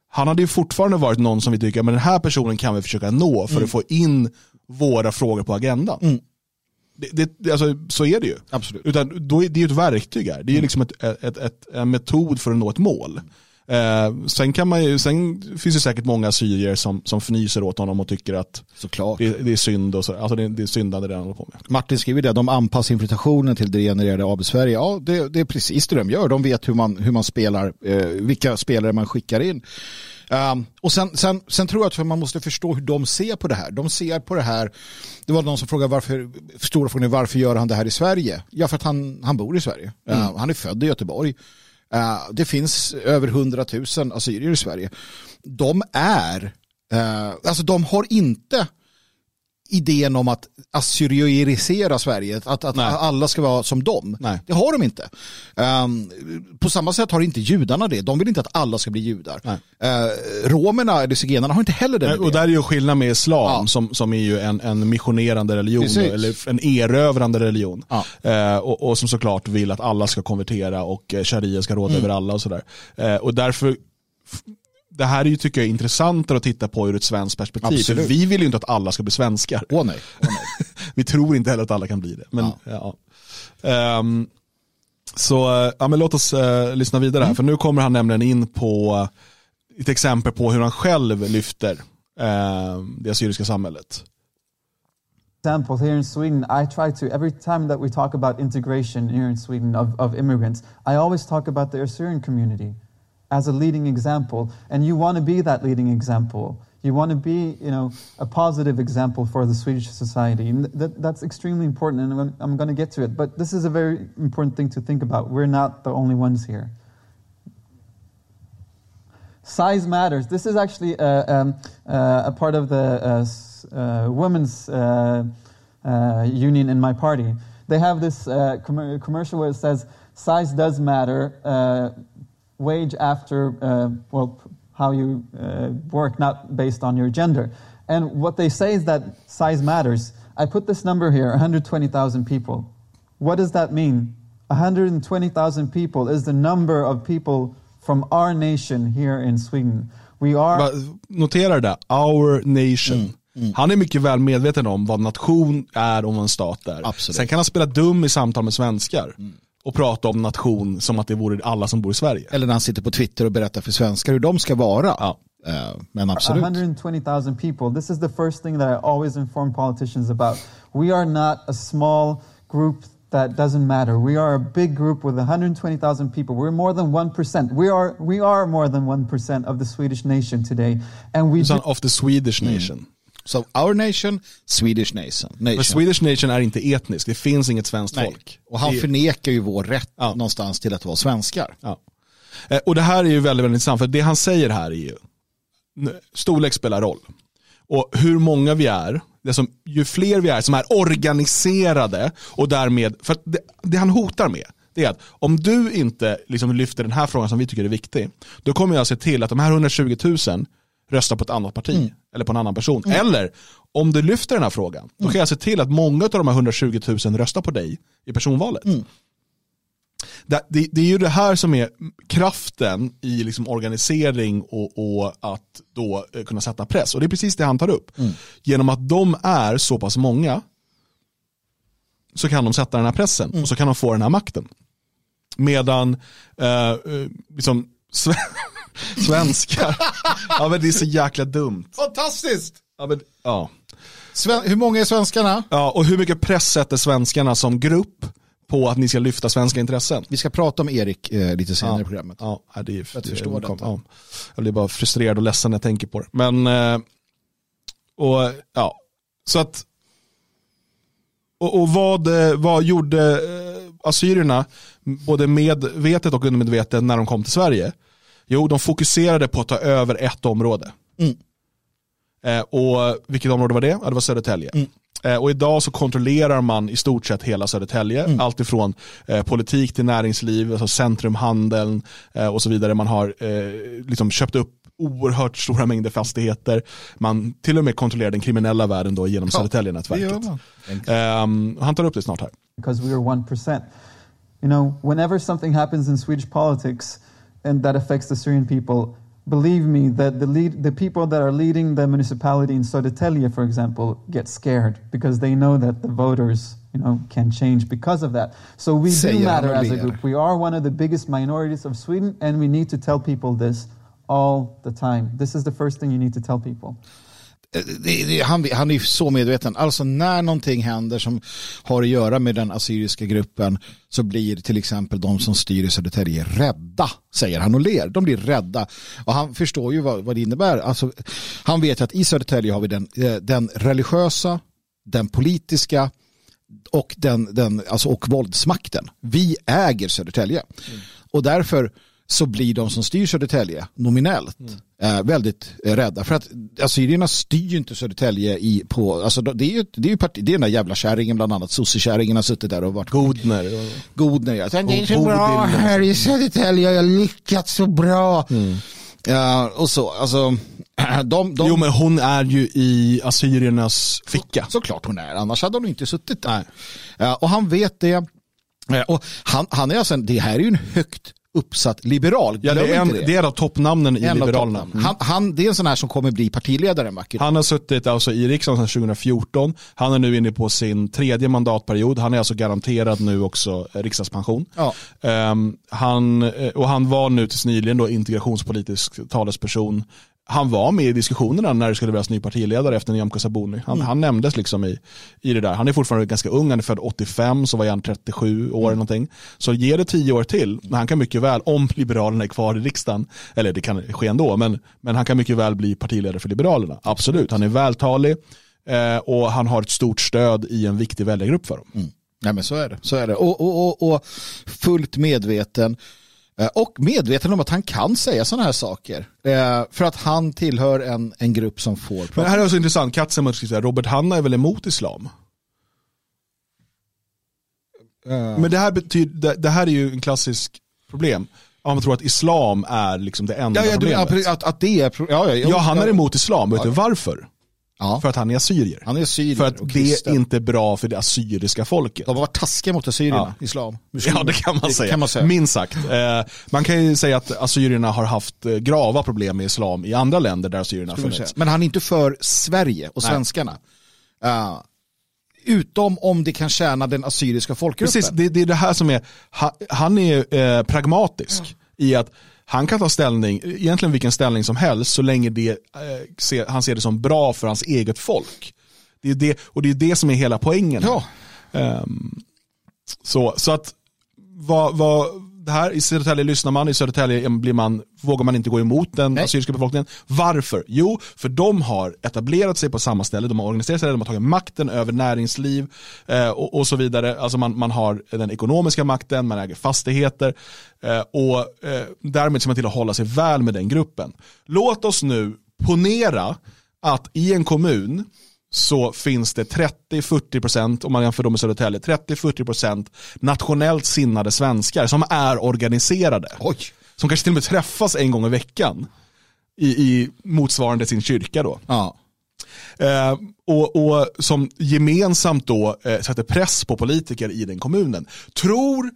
han hade ju fortfarande varit någon som vi tycker, men den här personen kan vi försöka nå för mm. att få in våra frågor på agendan. Mm. Det, det, alltså, så är det ju. Absolut. Utan då är det ju ett verktyg här. Det är ju liksom ett, ett, ett, en metod för att nå ett mål. Eh, sen, kan man ju, sen finns det säkert många syrier som, som fnyser åt honom och tycker att det, det är synd och så. Alltså det, det är syndande det han håller på med. Martin skriver det, de anpassar infiltrationen till det genererade A B Sverige. Ja, det, det är precis det de gör. De vet hur man, hur man spelar, eh, vilka spelare man skickar in. Um, och sen, sen, sen tror jag att man måste förstå hur de ser på det här. De ser på det här, det var någon som frågade varför, stora frågan är varför gör han det här i Sverige? Ja, för att han, han bor i Sverige. Mm. Uh, han är född i Göteborg. Uh, det finns över hundratusen assyrier i Sverige. De är, uh, alltså de har inte idén om att assyriisera Sverige, att, att alla ska vara som dem. Nej. Det har de inte. Um, på samma sätt har inte judarna det. De vill inte att alla ska bli judar. Uh, romerna eller zigenarna har inte heller den. Nej, och där är ju skillnad med islam ja. som, som är ju en, en missionerande religion då, eller en erövrande religion. Ja. Uh, och, och som såklart vill att alla ska konvertera och sharia ska råda mm. över alla och sådär. Uh, och därför det här är ju, tycker jag, är intressantare att titta på ur ett svenskt perspektiv. För vi vill ju inte att alla ska bli svenskar. Åh nej. Åh, nej. Vi tror inte heller att alla kan bli det. Men, ja. Ja. Um, så ja, men låt oss uh, lyssna vidare här. Mm. För nu kommer han nämligen in på uh, ett exempel på hur han själv lyfter uh, det assyriska samhället. Example here in Sweden, I try to, every time that we talk about integration here in Sweden of, of immigrants, I always talk about the Assyrian community as a leading example, and you want to be that leading example. You want to be, you know, a positive example for the Swedish society. And that, that's extremely important, and I'm, I'm going to get to it. But this is a very important thing to think about. We're not the only ones here. Size matters. This is actually a, um, uh, a part of the uh, uh, women's uh, uh, union in my party. They have this uh, com- commercial where it says, size does matter, uh, wage after, uh, well, how you uh, work, not based on your gender. And what they say is that size matters. I put this number here, one hundred twenty thousand people. What does that mean? one hundred twenty thousand people is the number of people from our nation here in Sweden. We are... Notera det, our nation. Mm. Mm. Han är mycket väl medveten om vad nation är och vad en stat är. Absolut. Sen kan han spela dum i samtal med svenskar. Mm. Och prata om nation som att det vore alla som bor i Sverige. Eller när han sitter på Twitter och berättar för svenskar hur de ska vara. Ja. Uh, men absolut. one hundred twenty thousand people. This is the first thing that I always inform politicians about. We are not a small group that doesn't matter. We are a big group with one hundred twenty thousand people. We're more than one percent. We are we are more than one percent of the Swedish nation today. And we do- of the Swedish nation. Mm. So our nation, Swedish nation. nation. Men Swedish nation är inte etnisk. Det finns inget svenskt Nej. folk. Och han det... förnekar ju vår rätt ja. någonstans till att vara svenskar. Ja. Och det här är ju väldigt, väldigt intressant. För det han säger här är ju storlek spelar roll. Och hur många vi är, det som, ju fler vi är som är organiserade och därmed, för det, det han hotar med, det är att om du inte liksom lyfter den här frågan som vi tycker är viktig, då kommer jag se till att de här hundratjugo tusen röstar på ett annat parti mm. eller på en annan person. Mm. Eller om du lyfter den här frågan, då kan jag se till att många av de här hundratjugo tusen röstar på dig i personvalet. Mm. Det, det, det är ju det här som är kraften i liksom organisering och, och att då kunna sätta press. Och det är precis det han tar upp. Mm. Genom att de är så pass många så kan de sätta den här pressen mm. och så kan de få den här makten. Medan eh, liksom svenskar ja, men det är så jäkla dumt. Fantastiskt! Ja, men, ja. Sven- hur många är svenskarna? Ja, och hur mycket press sätter svenskarna som grupp på att ni ska lyfta svenska intressen? Vi ska prata om Erik eh, lite senare ja, i programmet. Ja, det är för att förstå det. Ja. Jag blir bara frustrerad och ledsen när jag tänker på det. Men eh, och ja, så att och, och vad, vad gjorde eh, assyrierna både medvetet och undermedvetet när de kom till Sverige? Jo, de fokuserade på att ta över ett område. Mm. Eh, och vilket område var det? Ja, det var Södertälje. Mm. Eh, och idag så kontrollerar man i stort sett hela Södertälje. Mm. Allt ifrån eh, politik till näringsliv, alltså centrumhandeln eh, och så vidare. Man har eh, liksom köpt upp oerhört stora mängder fastigheter. Man till och med kontrollerar den kriminella världen då genom ja, Södertälje-nätverket. Um, han tar upp det snart här. Because we are one percent. You know, whenever something happens in Swedish politics and that affects the Syrian people, believe me that the lead, the people that are leading the municipality in Södertälje, for example, get scared because they know that the voters, you know, can change because of that. So we do matter as a group. We are one of the biggest minorities of Sweden, and we need to tell people this all the time. This is the first thing you need to tell people. Det, det, han, han är så medveten. Alltså när någonting händer som har att göra med den assyriska gruppen så blir till exempel de som styr i Södertälje rädda, säger han och ler. De blir rädda. Och han förstår ju vad, vad det innebär. Alltså, han vet att i Södertälje har vi den, den religiösa, den politiska och, den, den, alltså, och våldsmakten. Vi äger Södertälje. Mm. Och därför så blir de som styr Södertälje nominellt mm. eh, väldigt eh, rädda. För att assyrierna styr ju inte Södertälje i, på, alltså det är ju, det är ju parti, det är den där jävla kärringen, bland annat sossekärringen har suttit där och varit Godner. Godner, ja. Det är så bra här i Södertälje, jag har lyckats så bra. Mm. Ja, och så, alltså de, de... Jo, men hon är ju i assyriernas ficka. Så, såklart hon är, annars hade hon inte suttit där. Ja, och han vet det. Och han, han är alltså, det här är ju en högt uppsatt liberal. Ja, det är, en, det. det är av toppnamnen i en Liberalerna. Mm. Han, han, det är en sån här som kommer bli partiledare. Macke. Han har suttit alltså i riksdagen sedan tjugo fjorton. Han är nu inne på sin tredje mandatperiod. Han är alltså garanterad nu också riksdagspension. Ja. Um, han, och han var nu tills nyligen då integrationspolitisk talesperson. Han var med i diskussionerna när det skulle bli ny partiledare efter Nyamko Sabuni. Han, mm. han nämndes liksom i, i det där. Han är fortfarande ganska ung, han är född åttiofem, så var han trettiosju år mm. eller någonting. Så ger det tio år till, han kan mycket väl, om Liberalerna är kvar i riksdagen, eller det kan ske ändå, men, men han kan mycket väl bli partiledare för Liberalerna. Absolut, han är vältalig eh, och han har ett stort stöd i en viktig väljargrupp för dem. Mm. Ja, men så är det. Så är det. Och, och, och, och fullt medveten. Och medveten om att han kan säga sådana här saker. Eh, för att han tillhör en, en grupp som får prata. Men det här är så intressant. Katzenmut skriver, Robert Hanna är väl emot islam? Uh. Men det här, betyder, det, det här är ju en klassisk problem. Om man tror att islam är liksom det enda ja, ja, problemet. Du, att, att det är, ja, ja, ja, han är emot islam. Vet ja. du varför? Ja. För att han är assyrier. Han är assyrier. För att det är inte bra för det assyriska folket. De var taskiga mot assyrierna, ja. islam. Muslim. Ja, det kan man, det säga. kan man säga. Minst sagt. Eh, man kan ju säga att assyrierna har haft grava problem med islam i andra länder där assyrierna har funnits. Men han är inte för Sverige och Nej. svenskarna. Uh, utom om det kan tjäna den assyriska folkgruppen. Precis, det, det är det här som är, han är eh, pragmatisk mm. i att han kan ta ställning, egentligen vilken ställning som helst, så länge det, eh, ser, han ser det som bra för hans eget folk. Det är det, och det är det som är hela poängen. Ja. Um, så, så att vad, vad, det här i Södertälje lyssnar man, i Södertälje blir man, vågar man inte gå emot den Nej. assyriska befolkningen. Varför? Jo, för de har etablerat sig på samma ställe, de har organiserat sig, de har tagit makten över näringsliv eh, och, och så vidare. Alltså man, man har den ekonomiska makten, man äger fastigheter eh, och eh, därmed ser man till att hålla sig väl med den gruppen. Låt oss nu ponera att i en kommun så finns det trettio till fyrtio procent, om man jämför dem med Södertälje, trettio till fyrtio procent nationellt sinnade svenskar som är organiserade. Oj. Som kanske till och med träffas en gång i veckan i, i motsvarande sin kyrka då. Ja. Eh, och, och som gemensamt då eh, sätter press på politiker i den kommunen. Tror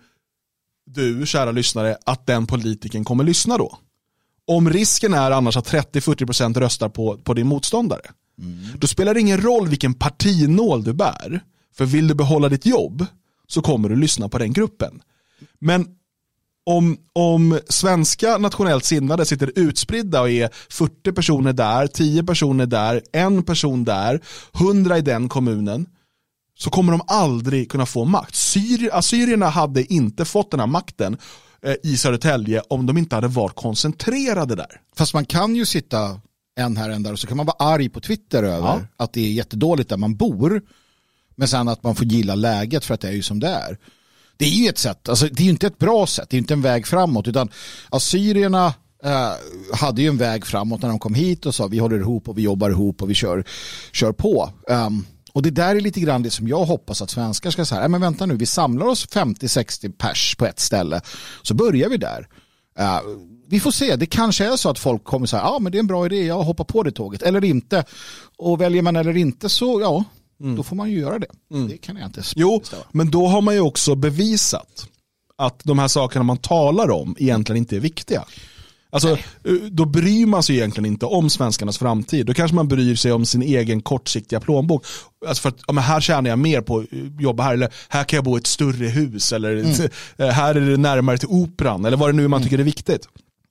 du, kära lyssnare, att den politiken kommer lyssna då? Om risken är annars att trettio till fyrtio procent röstar på, på din motståndare. Mm. Då spelar det ingen roll vilken partinål du bär. För vill du behålla ditt jobb så kommer du lyssna på den gruppen. Men om, om svenska nationellt sinnade sitter utspridda och är fyrtio personer där, tio personer där, en person där, hundra i den kommunen, så kommer de aldrig kunna få makt. Syri- Assyrierna hade inte fått den här makten eh, i Södertälje om de inte hade varit koncentrerade där. Fast man kan ju sitta en här en där och så kan man vara arg på Twitter över ja. att det är jättedåligt där man bor, men sen att man får gilla läget för att det är ju som det är. Det är ju ett sätt, alltså det är ju inte ett bra sätt, det är ju inte en väg framåt, utan assyrierna eh, hade ju en väg framåt när de kom hit och sa vi håller ihop och vi jobbar ihop och vi kör, kör på. Um, och det där är lite grann det som jag hoppas att svenskar ska säga, men vänta nu, vi samlar oss femtio till sextio pers på ett ställe, så börjar vi där. Uh, vi får se, det kanske är så att folk kommer säga, ja ah, men det är en bra idé, jag hoppar på det tåget, eller inte. Och väljer man eller inte så, ja, mm. då får man ju göra det. Mm. Det kan jag inte spela. Jo, men då har man ju också bevisat att de här sakerna man talar om egentligen inte är viktiga. Alltså, då bryr man sig egentligen inte om svenskarnas framtid. Då kanske man bryr sig om sin egen kortsiktiga plånbok. Alltså för att ja, men här tjänar jag mer på att jobba här. Eller här kan jag bo i ett större hus. Eller mm. här är det närmare till operan. Eller vad det nu man tycker är viktigt.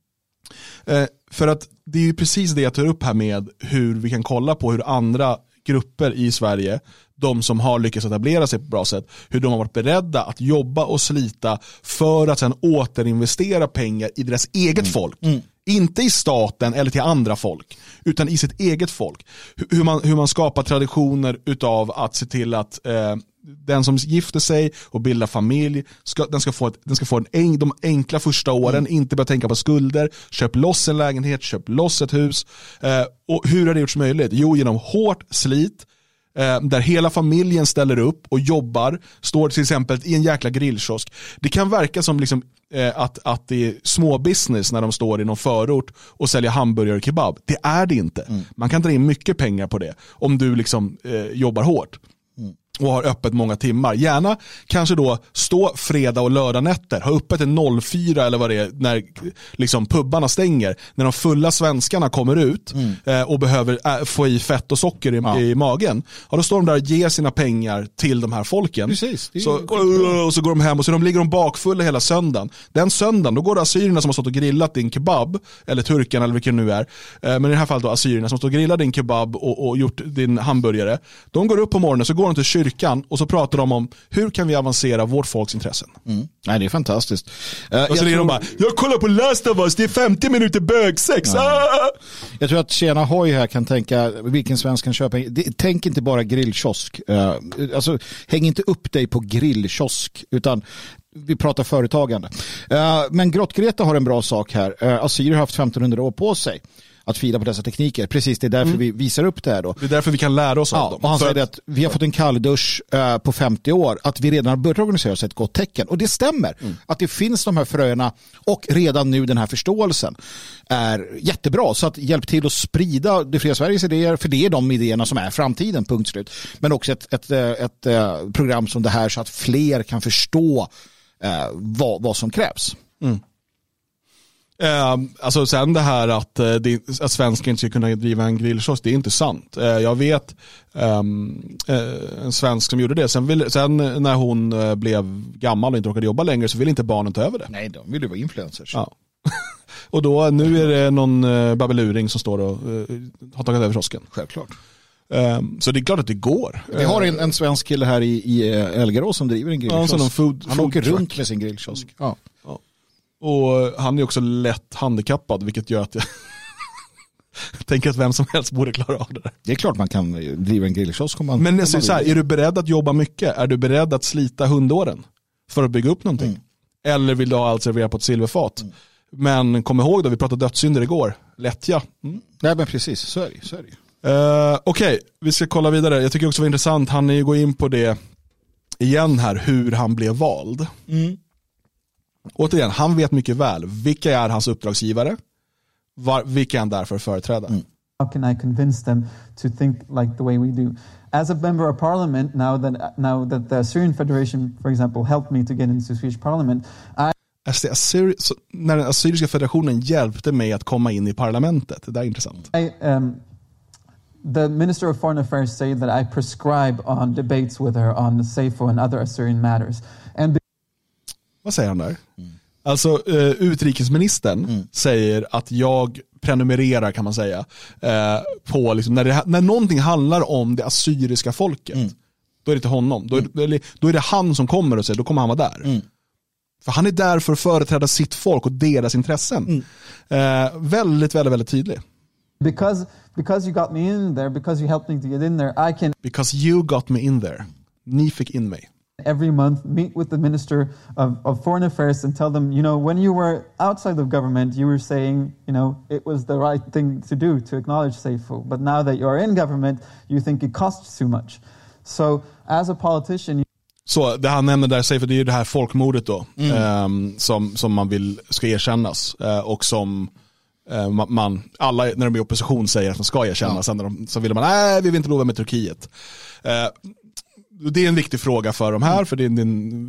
Eh, för att det är ju precis det jag tar upp här med hur vi kan kolla på hur andra grupper i Sverige, de som har lyckats etablera sig på ett bra sätt, hur de har varit beredda att jobba och slita för att sedan återinvestera pengar i deras eget mm. folk. Mm. Inte i staten eller till andra folk, utan i sitt eget folk. Hur man, hur man skapar traditioner utav att se till att eh, den som gifter sig och bildar familj, ska, den ska få, ett, den ska få en en, de enkla första åren, mm. inte börja tänka på skulder, köp loss en lägenhet, köp loss ett hus. Eh, och hur har det gjorts möjligt? Jo, genom hårt slit, eh, där hela familjen ställer upp och jobbar, står till exempel i en jäkla grillkiosk. Det kan verka som liksom, eh, att, att det är små business när de står i någon förort och säljer hamburgare och kebab. Det är det inte. Mm. Man kan dra in mycket pengar på det om du liksom, eh, jobbar hårt. Mm. Och har öppet många timmar. Gärna kanske då stå fredag och lördag nätter, ha öppet en noll fyra eller vad det är när liksom pubbarna stänger, när de fulla svenskarna kommer ut mm. eh, och behöver äh, få i fett och socker i, ja. i magen. Ja, då står de där och ger sina pengar till de här folken. Precis. Så, och, och så går de hem och så de ligger de bakfulla hela söndagen. Den söndagen, då går det assyrierna som har stått och grillat din kebab, eller turken eller vilken nu är. Eh, men i det här fallet då assyrierna som står och grillar din kebab och, och gjort din hamburgare. De går upp på morgonen, så går de till kyrkan och så pratar de om hur kan vi avancera vårt folks intressen. Mm. Nej, det är fantastiskt. Uh, och så ligger tror... de bara, jag kollar på Last of Us, det är femtio minuter bögsex. Ja. Ah! Jag tror att Tjena Hoj här kan tänka, vilken svensk kan köpa. Det, tänk inte bara grillkiosk. Uh, alltså, häng inte upp dig på grillkiosk, utan vi pratar företagande. Uh, men Grottgreta har en bra sak här. Uh, Assyrier har haft femtonhundra år på sig att fira på dessa tekniker. Precis, det är därför mm. vi visar upp det här då. Det är därför vi kan lära oss av ja, dem. Och han säger att... att vi har fått en kalldusch uh, på femtio år, att vi redan har börjat organisera oss ett gott tecken. Och det stämmer. Mm. Att det finns de här fröna och redan nu den här förståelsen är jättebra. Så att hjälp till att sprida det fria Sveriges idéer, för det är de idéerna som är framtiden, punkt slut. Men också ett, ett, ett, ett program som det här så att fler kan förstå uh, vad, vad som krävs. Mm. Eh, alltså sen det här att, eh, det, att svenskar inte ska kunna driva en grillkiosk, det är inte sant. Eh, jag vet um, eh, en svensk som gjorde det. Sen, vill, sen när hon eh, blev gammal och inte orkade jobba längre, så vill inte barnen ta över det. Nej, de vill ju vara influencers. Ja. Och då, nu är det någon eh, babeluring som står och eh, har tagit över kiosken. Självklart. Um, så det är klart att det går. Vi har en, en svensk kille här i, i Elgarås som driver en grillkiosk. Ja, food, han food åker truck. runt med sin grillkiosk. Ja. Ja. Och han är också lätt handikappad, vilket gör att jag tänker att vem som helst borde klara av det där. Det är klart man kan driva en grillkiosk. Man, Men alltså, så här, är du beredd att jobba mycket? Är du beredd att slita hundåren för att bygga upp någonting? Mm. Eller vill du ha allt serverat på ett silverfat? Mm. Men kom ihåg då, vi pratade dödssynder igår. Lättja. Mm. Nej, men precis, så är det, så är det. Uh, Okej, okay. Vi ska kolla vidare. Jag tycker också det var intressant, han går in på det igen här, hur han blev vald. Mm. Återigen, han vet mycket väl vilka är hans uppdragsgivare, var, vilka är han där för att företräda. Mm. How can I convince them to think like the way we do? As a member of parliament, now that now that the Assyrian Federation, for example, helped me to get into Swedish parliament, I Alltså, Assyri- så, när den Assyriska federationen hjälpte mig att komma in i parlamentet, det där är intressant. I, um, the Minister of Foreign Affairs say that I prescribe on debates with her on SAFO and other Assyrian matters. And Vad säger han där? Mm. Alltså uh, utrikesministern mm. säger att jag prenumererar, kan man säga, uh, på liksom, när, det, när någonting handlar om det assyriska folket, mm. då är det till honom. Då, mm. då är det han som kommer och säger, då kommer han vara där. Mm. För han är där för att företräda sitt folk och deras intressen. Mm. Uh, väldigt, väldigt, väldigt tydlig. Because, because you got me in there, because you helped me to get in there, I can... Because you got me in there. Ni fick in mig. Every month meet with the Minister of, of Foreign Affairs and tell them, you know, when you were outside of government, you were saying, you know, it was the right thing to do to acknowledge SAFO. But now that you're in government, you think it costs too much. So as a politician... You... Så det han nämner där, SAFO, det är ju det här folkmordet då, mm. um, som, som man vill ska erkännas. Uh, och som uh, man, alla när de är i opposition säger att de ska erkännas. Ja. Sen när de, så vill man, nej, vi vill inte lova med Turkiet. Uh, Det är en viktig fråga för de här, för det är en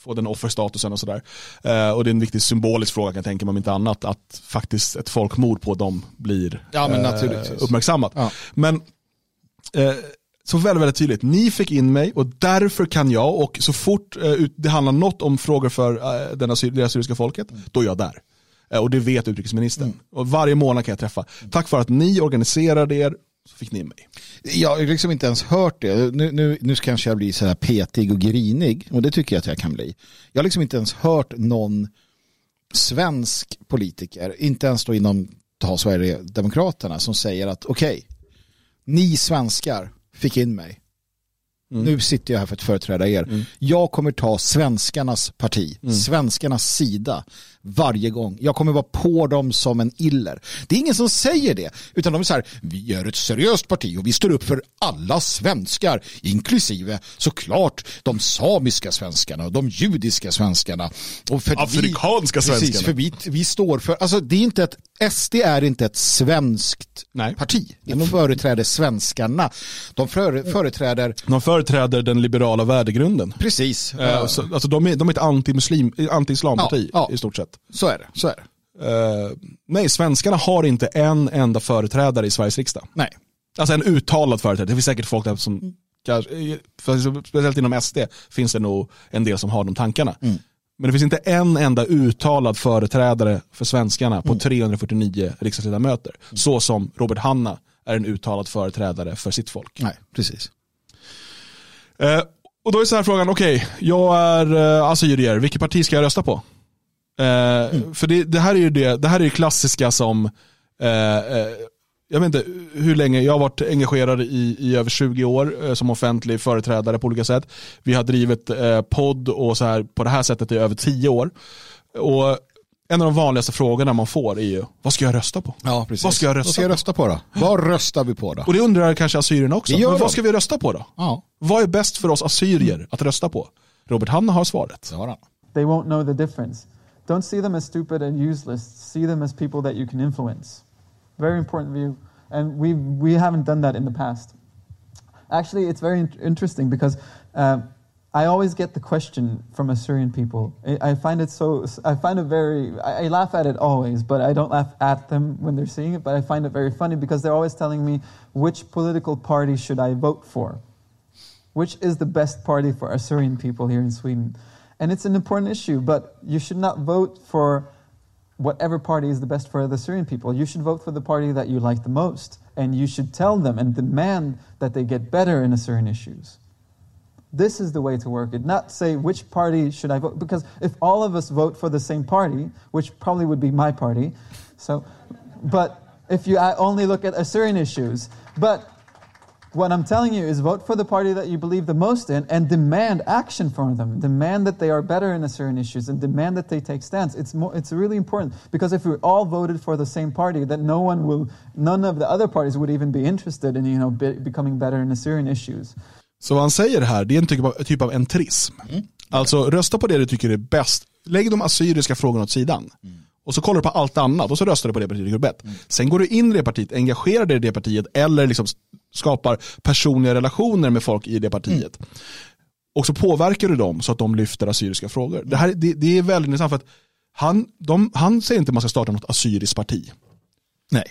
få den offerstatusen och sådär. Eh, och det är en viktig symbolisk fråga kan jag tänka mig om inte annat, att faktiskt ett folkmord på dem blir ja, men eh, uppmärksammat. Ja. Men eh, så väldigt, väldigt tydligt, ni fick in mig och därför kan jag, och så fort eh, det handlar något om frågor för eh, den assyr- det assyriska folket, mm. då är jag där. Eh, och det vet utrikesministern. Mm. Och varje månad kan jag träffa. Mm. Tack för att ni organiserade er, så fick ni mig. Jag har liksom inte ens hört det. Nu, nu, nu kanske jag blir så här petig och grinig, och det tycker jag att jag kan bli. Jag har liksom inte ens hört någon svensk politiker, inte ens då inom ta Sverigedemokraterna, som säger att okej, okay, ni svenskar fick in mig. Mm. Nu sitter jag här för att företräda er. Mm. Jag kommer ta svenskarnas parti, mm. svenskarnas sida varje gång. Jag kommer vara på dem som en iller. Det är ingen som säger det, utan de är så här: vi är ett seriöst parti och vi står upp för alla svenskar, inklusive såklart de samiska svenskarna och de judiska svenskarna och för afrikanska vi, svenskarna. Precis, för vi, vi står för, alltså det är inte ett, S D är inte ett svenskt Nej. parti. De företräder svenskarna. De för, företräder de företräder den liberala värdegrunden. Precis. Uh, så, alltså de är, de är ett anti-muslim, anti-islamparti ja, ja. i stort sett. Så är det, så är det. Uh, nej, svenskarna har inte en enda företrädare i Sveriges riksdag. Nej. Alltså en uttalad företrädare. Det finns säkert folk där som, mm. kanske, speciellt inom S D, finns det nog en del som har de tankarna. Mm. Men det finns inte en enda uttalad företrädare för svenskarna på mm. trehundrafyrtionio riksdagsledamöter. Mm. Så som Robert Hanna är en uttalad företrädare för sitt folk. Nej, precis. Uh, och då är så här frågan, okej, okay, jag är uh, assyrier, vilket parti ska jag rösta på? Uh, mm. För det, det här är ju det, det här är ju klassiska som uh, uh, jag vet inte hur länge, jag har varit engagerad i, i över tjugo år uh, som offentlig företrädare på olika sätt. Vi har drivit uh, podd och så här på det här sättet i över tio år. Och en av de vanligaste frågorna man får är ju, vad ska jag rösta på? Ja, precis. Vad ska jag rösta, vad ska jag rösta på? på då? Vad röstar vi på då? Och det undrar kanske assyrierna också. Men vad ska vi rösta på då? Ja. Vad är bäst för oss assyrier mm. att rösta på? Robert Hanna har svaret. Ja, they won't know the difference. Don't see them as stupid and useless. See them as people that you can influence. Very important view. And we we haven't done that in the past. Actually, it's very in- interesting because uh, I always get the question from Assyrian people. I, I find it so, I find it very, I, I laugh at it always, but I don't laugh at them when they're seeing it, but I find it very funny because they're always telling me, which political party should I vote for? Which is the best party for Assyrian people here in Sweden? And it's an important issue, but you should not vote for whatever party is the best for the Assyrian people. You should vote for the party that you like the most, and you should tell them and demand that they get better in Assyrian issues. This is the way to work it, not say which party should I vote, because if all of us vote for the same party, which probably would be my party, so, but if you only look at Assyrian issues, but what I'm telling you is vote for the party that you believe the most in and demand action from them. Demand that they are better in Assyrian issues and demand that they take stance. It's more, it's really important because if we all voted for the same party, then no one will, none of the other parties would even be interested in, you know, be, becoming better in Assyrian issues. Så vad han säger här, det är en typ av, typ av entrism. Mm. Alltså rösta på det du tycker är bäst. Lägg de assyriska frågorna åt sidan. Mm. Och så kollar du på allt annat och så röstar du på det partiet du tycker är bäst. Mm. Sen går du in i det partiet, engagerar dig i det partiet eller liksom skapar personliga relationer med folk i det partiet. Mm. Och så påverkar du dem så att de lyfter assyriska frågor. Mm. Det, här, det, det är väldigt intressant för att han, de, han säger inte att man ska starta något assyriskt parti. Nej.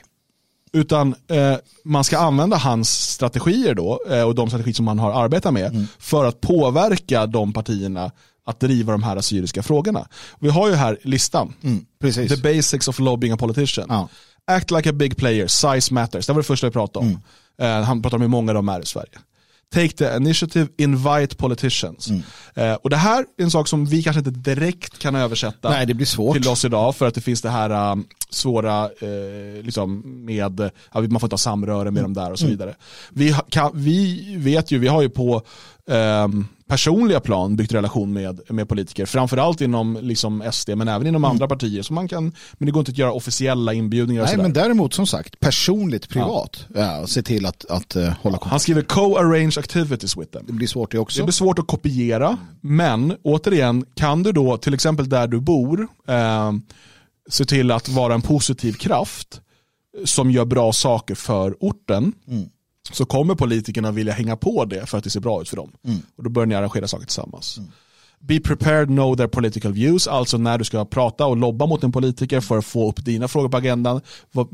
Utan eh, man ska använda hans strategier då eh, och de strategier som man har arbetat med mm. för att påverka de partierna att driva de här assyriska frågorna. Vi har ju här listan. Mm, precis. The basics of lobbying a politician. Ja. Act like a big player, size matters. Det var det första vi pratade om. Mm. Eh, han pratade om hur många de är i Sverige. Take the initiative, invite politicians. Mm. Eh, och det här är en sak som vi kanske inte direkt kan översätta. Nej, det blir svårt. Till oss idag för att det finns det här um, svåra eh, liksom med, ja, man får inte ha samröre med mm. dem där och så vidare. Vi, kan, vi vet ju, vi har ju på um, personliga plan byggt relation med, med politiker, framförallt inom liksom S D men även inom mm. andra partier så man kan, men det går inte att göra officiella inbjudningar. Nej, och men däremot som sagt personligt, privat, ja. Ja, se till att, att uh, hålla kontakt. Han skriver co-arrange activities with them. Det blir svårt det också. Det blir svårt att kopiera, mm. men återigen kan du då till exempel där du bor eh, se till att vara en positiv kraft som gör bra saker för orten. Mm. Så kommer politikerna vilja hänga på det för att det ser bra ut för dem. Mm. Och då börjar ni arrangera saker tillsammans. Be prepared, know their political views. Alltså när du ska prata och lobba mot en politiker för att få upp dina frågor på agendan.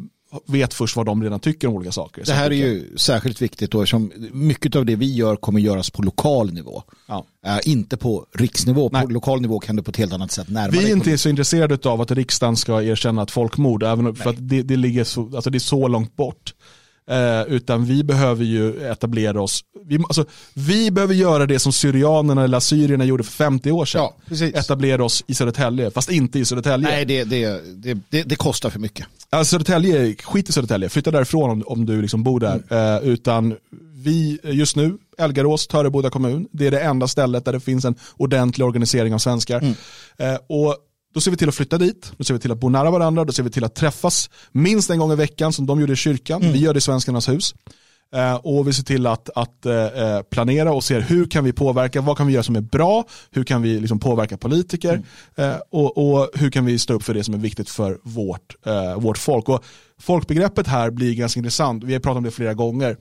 Vet först vad de redan tycker om olika saker. Det här är ju särskilt viktigt då, eftersom mycket av det vi gör kommer göras på lokal nivå. Ja. Uh, inte på riksnivå. Nej. På lokal nivå kan du på ett helt annat sätt närma dig. Vi är inte så intresserade av att riksdagen ska erkänna ett folkmord, även för att det, det, ligger så, alltså det är så långt bort. Uh, utan vi behöver ju etablera oss. Vi, alltså, vi behöver göra det som syrianerna eller assyrierna gjorde för femtio år sedan. Ja, etablera oss i Södertälje, fast inte i Södertälje. Nej, det, det, det, det, det kostar för mycket. Alltså, Södertälje, skit i Södertälje. Flytta därifrån om, om du liksom bor där. Mm. Uh, utan vi, just nu, Elgarås, Töreboda kommun, det är det enda stället där det finns en ordentlig organisering av svenskar. Mm. Uh, och då ser vi till att flytta dit, då ser vi till att bo nära varandra, då ser vi till att träffas minst en gång i veckan som de gjorde i kyrkan. Mm. Vi gör det i Svenskarnas hus. Uh, och vi ser till att, att uh, planera och se hur kan vi påverka, vad kan vi göra som är bra, hur kan vi liksom påverka politiker mm. uh, och, och hur kan vi stå upp för det som är viktigt för vårt, uh, vårt folk. Och folkbegreppet här blir ganska intressant, vi har pratat om det flera gånger.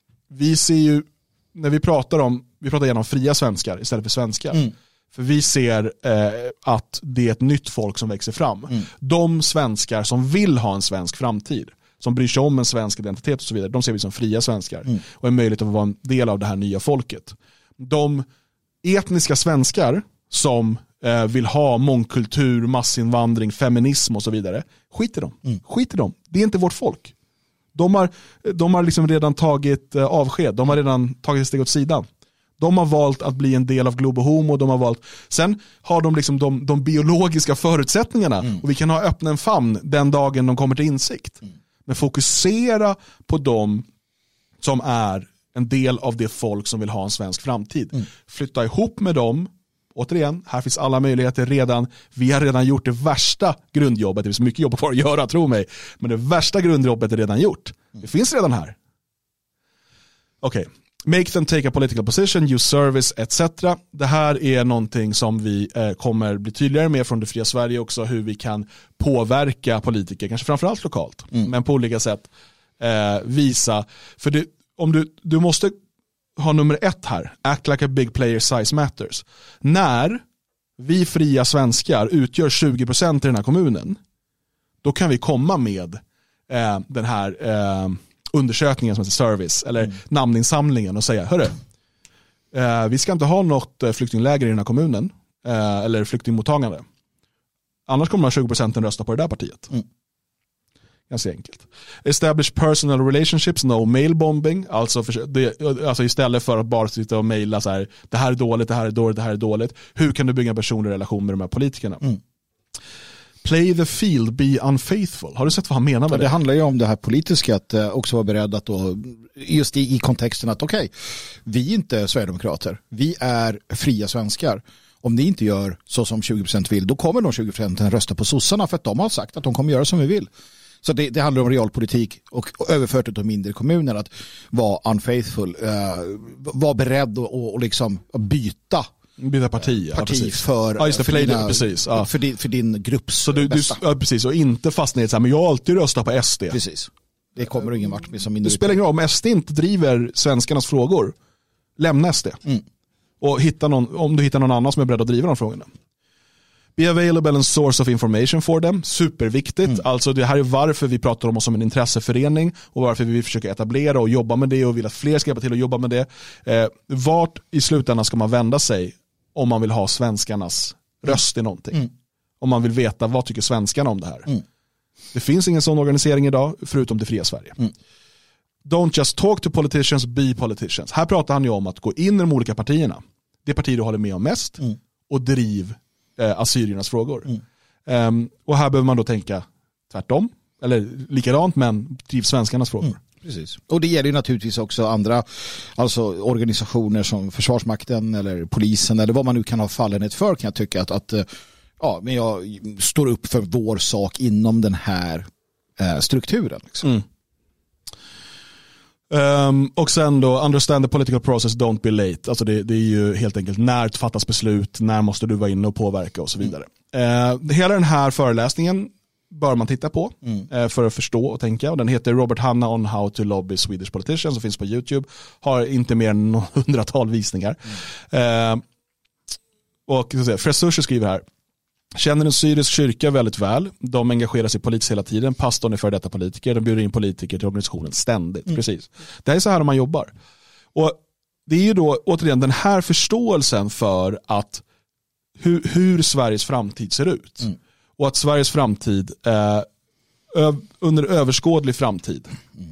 Vi ser ju, när vi pratar om, vi pratar gärna om fria svenskar istället för svenskar. Mm. För vi ser eh, att det är ett nytt folk som växer fram. Mm. De svenskar som vill ha en svensk framtid, som bryr sig om en svensk identitet och så vidare, de ser vi som fria svenskar. Mm. Och är möjligt att vara en del av det här nya folket. De etniska svenskar som eh, vill ha mångkultur, massinvandring, feminism och så vidare, skit i dem. Mm. Skit i dem. Det är inte vårt folk. De har, de har liksom redan tagit eh, avsked. De har redan tagit ett steg åt sidan. De har valt att bli en del av Globo Homo. De har valt, sen har de liksom de, de biologiska förutsättningarna mm. och vi kan ha öppna en famn den dagen de kommer till insikt. Mm. Men fokusera på dem som är en del av det folk som vill ha en svensk framtid. Mm. Flytta ihop med dem. Återigen, här finns alla möjligheter redan. Vi har redan gjort det värsta grundjobbet. Det finns mycket jobb kvar att göra, tro mig. Men det värsta grundjobbet är redan gjort. Det finns redan här. Okej. Okay. Make them take a political position, use service, et cetera. Det här är någonting som vi eh, kommer bli tydligare med från det fria Sverige också, hur vi kan påverka politiker, kanske framförallt lokalt, mm. men på olika sätt eh, visa. För det, om du, du måste ha nummer ett här, act like a big player, size matters. När vi fria svenskar utgör tjugo procent i den här kommunen, då kan vi komma med eh, den här eh, undersökningen som heter service eller mm. namninsamlingen och säga, hörru, eh, vi ska inte ha något flyktingläger i den här kommunen eh, eller flyktingmottagande. Annars kommer tjugo procent rösta på det där partiet. Mm. Ganska enkelt. Establish personal relationships, no mail bombing. Alltså, för, det, alltså istället för att bara sitta och mejla så här, det här är dåligt, det här är dåligt, det här är dåligt. Hur kan du bygga en personlig relation med de här politikerna? Mm. Play the field, be unfaithful. Har du sett vad han menar med ja, det? Det handlar ju om det här politiska, att också vara beredd att då, just i, i kontexten att okej, okay, vi är inte sverigedemokrater. Vi är fria svenskar. Om ni inte gör så som tjugo procent vill, då kommer de tjugo procent rösta på sossarna för att de har sagt att de kommer göra som vi vill. Så det, det handlar om realpolitik och, och överfört det till mindre kommuner att vara unfaithful, uh, vara beredd och, och liksom byta byta parti, parti ja, för, ja, just det, för, för, dina, precis, ja. för, din, för din grupps så du, du, ja, precis, och inte fastna i att men jag har alltid röstat på S D. Precis. Det kommer ingen vart med som minoritet. Det spelar ingen roll om S D inte driver svenskarnas frågor. Lämna S D. Mm. Och hitta någon, om du hittar någon annan som är beredd att driva de frågorna. Be available and source of information for them. Superviktigt. Mm. Alltså det här är varför vi pratar om oss som en intresseförening och varför vi försöker etablera och jobba med det och vill att fler ska hjälpa till att jobba med det. Eh, vart i slutändan ska man vända sig om man vill ha svenskarnas röst i någonting? Mm. Om man vill veta vad tycker svenskarna om det här. Mm. Det finns ingen sån organisering idag förutom det fria Sverige. Mm. Don't just talk to politicians, be politicians. Här pratar han ju om att gå in i de olika partierna. Det parti du håller med om mest mm. och driv eh, assyriernas frågor. Mm. Um, och här behöver man då tänka tvärtom. Eller likadant, men driv svenskarnas frågor. Mm. Precis. Och det gäller ju naturligtvis också andra alltså organisationer som Försvarsmakten eller polisen eller vad man nu kan ha fallenhet för, kan jag tycka att, att ja, men jag står upp för vår sak inom den här eh, strukturen. Liksom. Mm. Um, och sen då, understand the political process, don't be late. Alltså det, det är ju helt enkelt när fattas beslut, när måste du vara inne och påverka och så vidare. Mm. Uh, hela den här föreläsningen bör man titta på mm. uh, för att förstå och tänka. Och den heter Robert Hanna on how to lobby Swedish politicians och finns på YouTube. Har inte mer än hundratal visningar. Mm. Uh, Och Fresurser skriver här: känner en syrisk kyrka väldigt väl. De engagerar sig politiskt hela tiden. Pastorn är för detta politiker. De bjuder in politiker till organisationen ständigt. Mm. Precis. Det är så här man jobbar. Och det är ju då återigen den här förståelsen för att hur, hur Sveriges framtid ser ut. Mm. Och att Sveriges framtid eh, ö, under överskådlig framtid mm.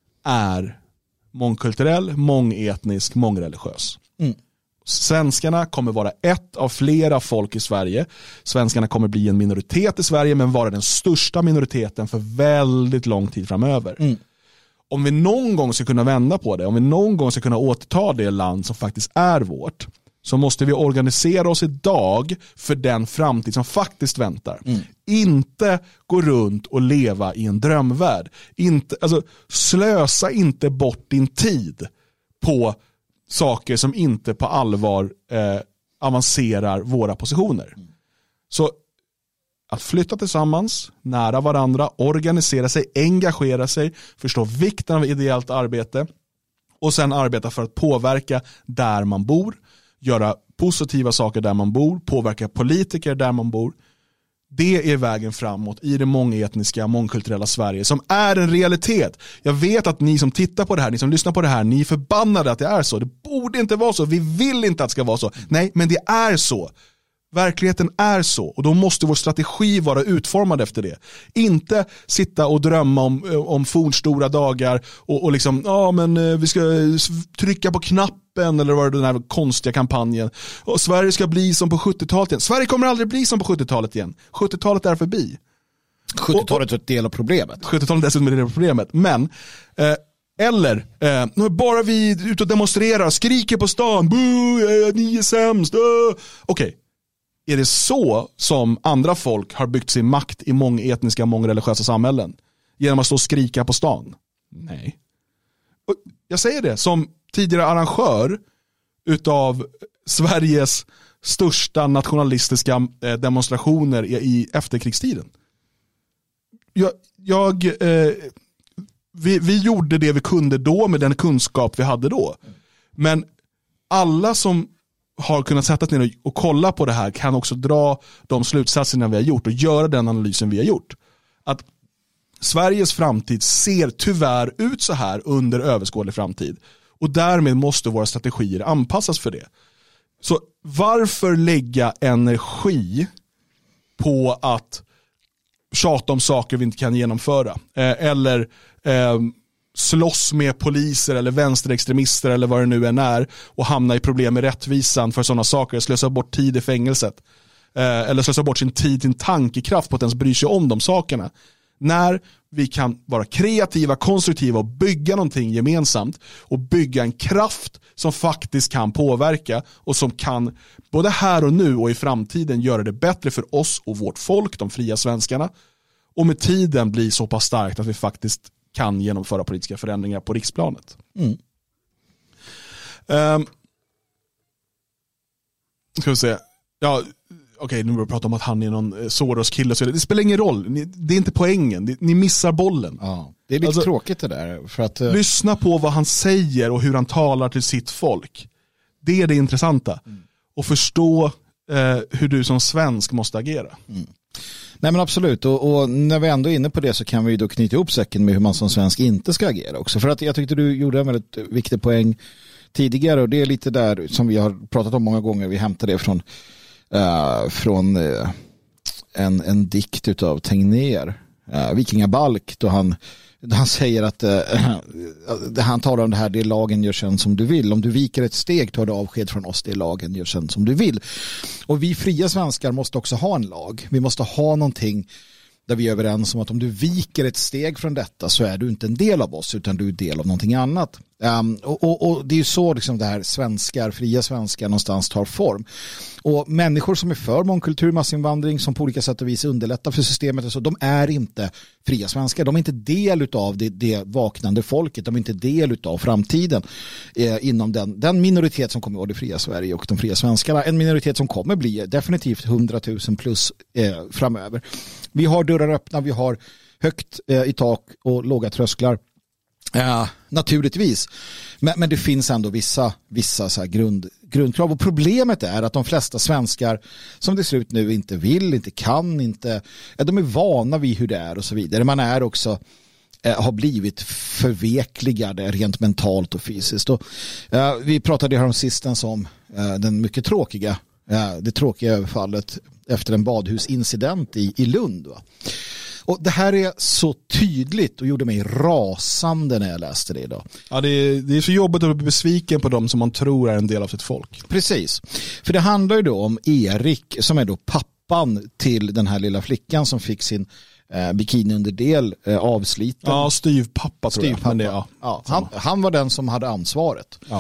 är mångkulturell, mångetnisk, mångreligiös. Mm. Svenskarna kommer vara ett av flera folk i Sverige. Svenskarna kommer bli en minoritet i Sverige, men vara den största minoriteten för väldigt lång tid framöver. Mm. Om vi någon gång ska kunna vända på det, om vi någon gång ska kunna återta det land som faktiskt är vårt, så måste vi organisera oss idag för den framtid som faktiskt väntar. Mm. Inte gå runt och leva i en drömvärld. Inte, alltså, slösa inte bort din tid på saker som inte på allvar eh, avancerar våra positioner. Mm. Så att flytta tillsammans, nära varandra, organisera sig, engagera sig, förstå vikten av ideellt arbete och sen arbeta för att påverka där man bor, göra positiva saker där man bor, påverka politiker där man bor. Det är vägen framåt i det mångetniska, mångkulturella Sverige som är en realitet. Jag vet att ni som tittar på det här, ni som lyssnar på det här, ni är förbannade att det är så. Det borde inte vara så. Vi vill inte att det ska vara så. Nej, men det är så. Verkligheten är så, och då måste vår strategi vara utformad efter det. Inte sitta och drömma om, om fornstora dagar och, och liksom, ja men vi ska trycka på knappen eller vad det den här konstiga kampanjen. Och Sverige ska bli som på sjuttiotalet igen. Sverige kommer aldrig bli som på sjuttiotalet igen. sjuttiotalet är förbi. sjuttiotalet är ett del av problemet. sjuttiotalet är dessutom en del av problemet. Men eh, Eller, eh, bara vi ut och demonstrerar, skriker på stan, boo, eh, ni är sämst. Eh. Okej. Okay. Är det så som andra folk har byggt sin makt i mångetniska, mångreligiösa samhällen? Genom att stå och skrika på stan? Nej. Och jag säger det som tidigare arrangör utav Sveriges största nationalistiska demonstrationer i efterkrigstiden. Jag, jag, eh, vi, vi gjorde det vi kunde då med den kunskap vi hade då. Men alla som har kunnat sätta sig ner och kolla på det här kan också dra de slutsatserna vi har gjort och göra den analysen vi har gjort. Att Sveriges framtid ser tyvärr ut så här under överskådlig framtid, och därmed måste våra strategier anpassas för det. Så varför lägga energi på att tjata om saker vi inte kan genomföra eh, eller eh, slåss med poliser eller vänsterextremister eller vad det nu än är och hamna i problem med rättvisan för sådana saker, slösa bort tid i fängelset eh, eller slösa bort sin tid, sin tankekraft på att ens bry sig om de sakerna, när vi kan vara kreativa, konstruktiva och bygga någonting gemensamt och bygga en kraft som faktiskt kan påverka och som kan både här och nu och i framtiden göra det bättre för oss och vårt folk, de fria svenskarna, och med tiden bli så pass starkt att vi faktiskt kan genomföra politiska förändringar på riksplanet. Mm. Um, ska vi se. Ja, okej, okay, nu börjar vi prata om att han är någon Soros-kille. Så det spelar ingen roll. Ni, det är inte poängen. Ni missar bollen. Ja, det är lite alltså, tråkigt det där. För att, uh... lyssna på vad han säger och hur han talar till sitt folk. Det är det intressanta. Mm. Och förstå uh, hur du som svensk måste agera. Mm. Nej men absolut, och, och när vi ändå är inne på det så kan vi då knyta ihop säcken med hur man som svensk inte ska agera också. För att jag tyckte du gjorde en väldigt viktig poäng tidigare, och det är lite där som vi har pratat om många gånger. Vi hämtade det från, uh, från uh, en, en dikt utav Tegnér, uh, Vikingabalk, då han, då han säger att uh, han talar om det här, det är lagen, gör sen som du vill. Om du viker ett steg tar du avsked från oss, det är lagen, gör sen som du vill. Och vi fria svenskar måste också ha en lag. Vi måste ha någonting där vi är överens om att om du viker ett steg från detta så är du inte en del av oss, utan du är del av någonting annat. Um, och, och, och det är ju så liksom det här svenskar, fria svenskar någonstans tar form. Och människor som är för mångkultur, massinvandring, som på olika sätt och vis underlättar för systemet, alltså, de är inte fria svenskar. De är inte del av det, det vaknande folket. De är inte del av framtiden eh, inom den, den minoritet som kommer att vara det fria Sverige och de fria svenskarna. En minoritet som kommer bli definitivt hundratusen plus eh, framöver. Vi har dörrar öppna, vi har högt eh, i tak och låga trösklar. Ja, naturligtvis. Men, men det finns ändå vissa, vissa så här grund, grundkrav. Och problemet är att de flesta svenskar som det ser ut nu inte vill, inte kan, inte, ja, de är vana vid hur det är och så vidare. Man är också eh, har blivit förvekligade rent mentalt och fysiskt. Och, eh, vi pratade här om sistens om eh, den mycket tråkiga, eh, det tråkiga överfallet efter en badhusincident i, i Lund, va? Och det här är så tydligt och gjorde mig rasande när jag läste det idag. Ja, det är, det är så jobbigt att bli besviken på dem som man tror är en del av sitt folk. Precis. För det handlar ju då om Erik som är då pappan till den här lilla flickan som fick sin eh, bikiniunderdel eh, avsliten. Ja, styvpappa tror jag. Men det, ja, ja, han, han var den som hade ansvaret. Ja.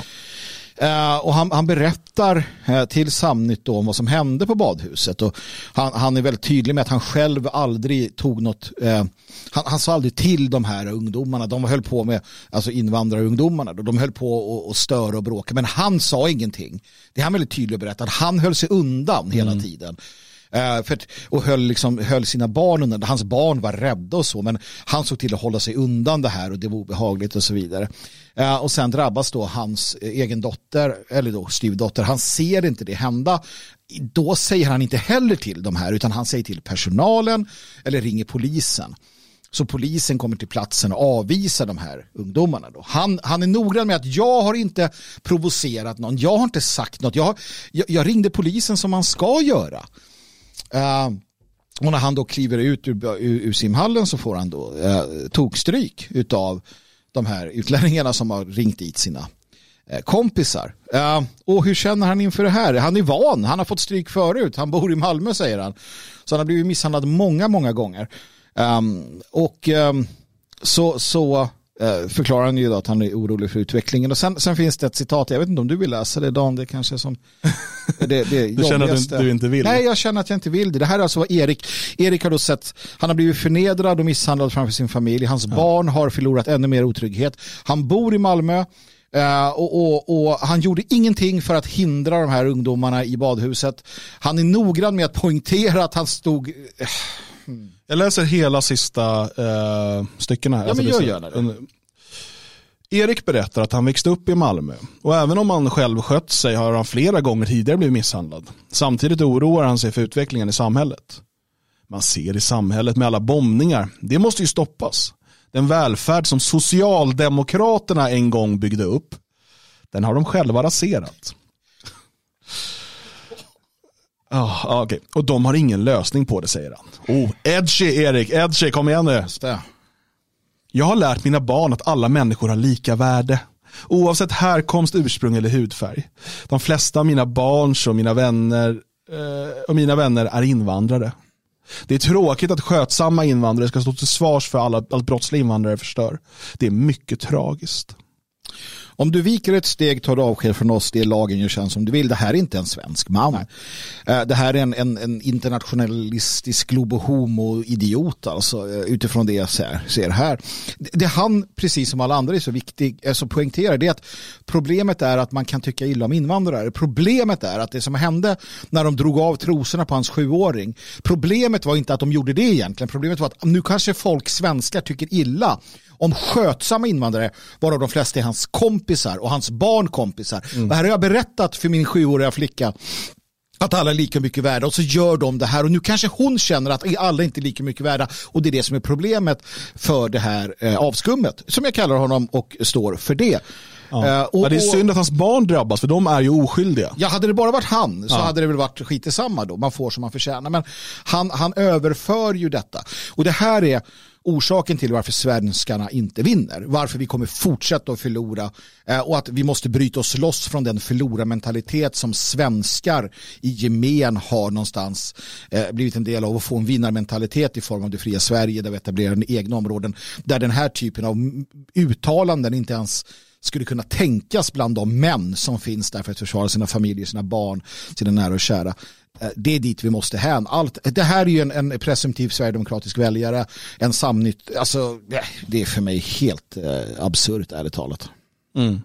Uh, och han, han berättar uh, till Samnytt då om vad som hände på badhuset, och han, han är väldigt tydlig med att han själv aldrig tog något, uh, han, han sa aldrig till de här ungdomarna, de höll på med, alltså invandrarungdomarna, de höll på och, och störa och bråka, men han sa ingenting. Det är han väldigt tydlig att berätta, han höll sig undan hela mm. tiden. Uh, för att, och höll, liksom, höll sina barn undan. Hans barn var rädda och så, men han såg till att hålla sig undan det här och det var obehagligt och så vidare. Uh, och sen drabbas då hans egen dotter, eller då styvdotter, han ser inte det hända. Då säger han inte heller till de här, utan han säger till personalen eller ringer polisen. Så polisen kommer till platsen och avvisar de här ungdomarna då. Han, han är noggrann med att jag har inte provocerat någon, jag har inte sagt något, jag, jag, jag ringde polisen som man ska göra. Uh, och när han då kliver ut ur, ur, ur simhallen så får han då uh, tokstryk utav de här utlänningarna som har ringt dit sina uh, kompisar. Uh, och hur känner han inför det här? Han är van, han har fått stryk förut, han bor i Malmö säger han. Så han har blivit misshandlad många, många gånger. Um, och um, så, så uh, förklarar han ju då att han är orolig för utvecklingen. Och sen, sen finns det ett citat, jag vet inte om du vill läsa det, Dan, det kanske är som det, det du känner att du, du inte vill? Nej, jag känner att jag inte vill det. Det här är alltså vad Erik, Erik har då sett, han har blivit förnedrad och misshandlad framför sin familj. Hans ja. barn har förlorat ännu mer otrygghet. Han bor i Malmö. Uh, och, och, och han gjorde ingenting för att hindra de här ungdomarna i badhuset. Han är noggrann med att poängtera att han stod... Uh, hmm. Jag läser hela sista uh, styckena här. Ja, men jag gör det. Erik berättar att han växte upp i Malmö. Och även om han själv skött sig har han flera gånger tidigare blivit misshandlad. Samtidigt oroar han sig för utvecklingen i samhället. Man ser i samhället med alla bombningar. Det måste ju stoppas. Den välfärd som Socialdemokraterna en gång byggde upp, den har de själva raserat. Oh, okay. Och de har ingen lösning på det, säger han. Oh, edgy Erik, edgy, kom igen nu. Jag har lärt mina barn att alla människor har lika värde. Oavsett härkomst, ursprung eller hudfärg. De flesta av mina barns och mina vänner, eh, och mina vänner är invandrare. Det är tråkigt att skötsamma invandrare ska stå till svars för alla, allt brottsliga invandrare förstör. Det är mycket tragiskt. Om du viker ett steg tar du avsked från oss, det är lagen gör sen som du vill. Det här är inte en svensk man. Nej. Det här är en, en, en internationalistisk globo-homo-idiot alltså, utifrån det jag ser, ser här. Det han, precis som alla andra, är så viktig, är så poängterar det är att problemet är att man kan tycka illa om invandrare. Problemet är att det som hände när de drog av trosorna på hans sjuåring, problemet var inte att de gjorde det egentligen. Problemet var att nu kanske folk svenskar tycker illa om skötsamma invandrare, varav de flesta är hans kompisar och hans barnkompisar. Mm. Och här har jag berättat för min sjuåriga flicka att alla är lika mycket värda, och så gör de det här och nu kanske hon känner att alla inte är lika mycket värda, och det är det som är problemet för det här eh, avskummet, som jag kallar honom, och står för det. Ja. Uh, och, ja, det är synd att hans barn drabbas, för de är ju oskyldiga. Ja, hade det bara varit han så ja. hade det väl varit skit i samma då. Man får som man förtjänar. Men han, han överför ju detta. Och det här är orsaken till varför svenskarna inte vinner. Varför vi kommer fortsätta att förlora. Eh, och att vi måste bryta oss loss från den förlorarmentalitet som svenskar i gemen har någonstans eh, blivit en del av, att få en vinnarmentalitet i form av det fria Sverige, där vi etablerar egna områden. Där den här typen av uttalanden inte ens skulle kunna tänkas bland de män som finns där för att försvara sina familjer, sina barn, sina nära och kära. Det är dit vi måste hän. Allt, det här är ju en, en presumtiv sverigedemokratisk väljare, en Samnytt, alltså det är för mig helt eh, absurt, ärligt talat. Mm.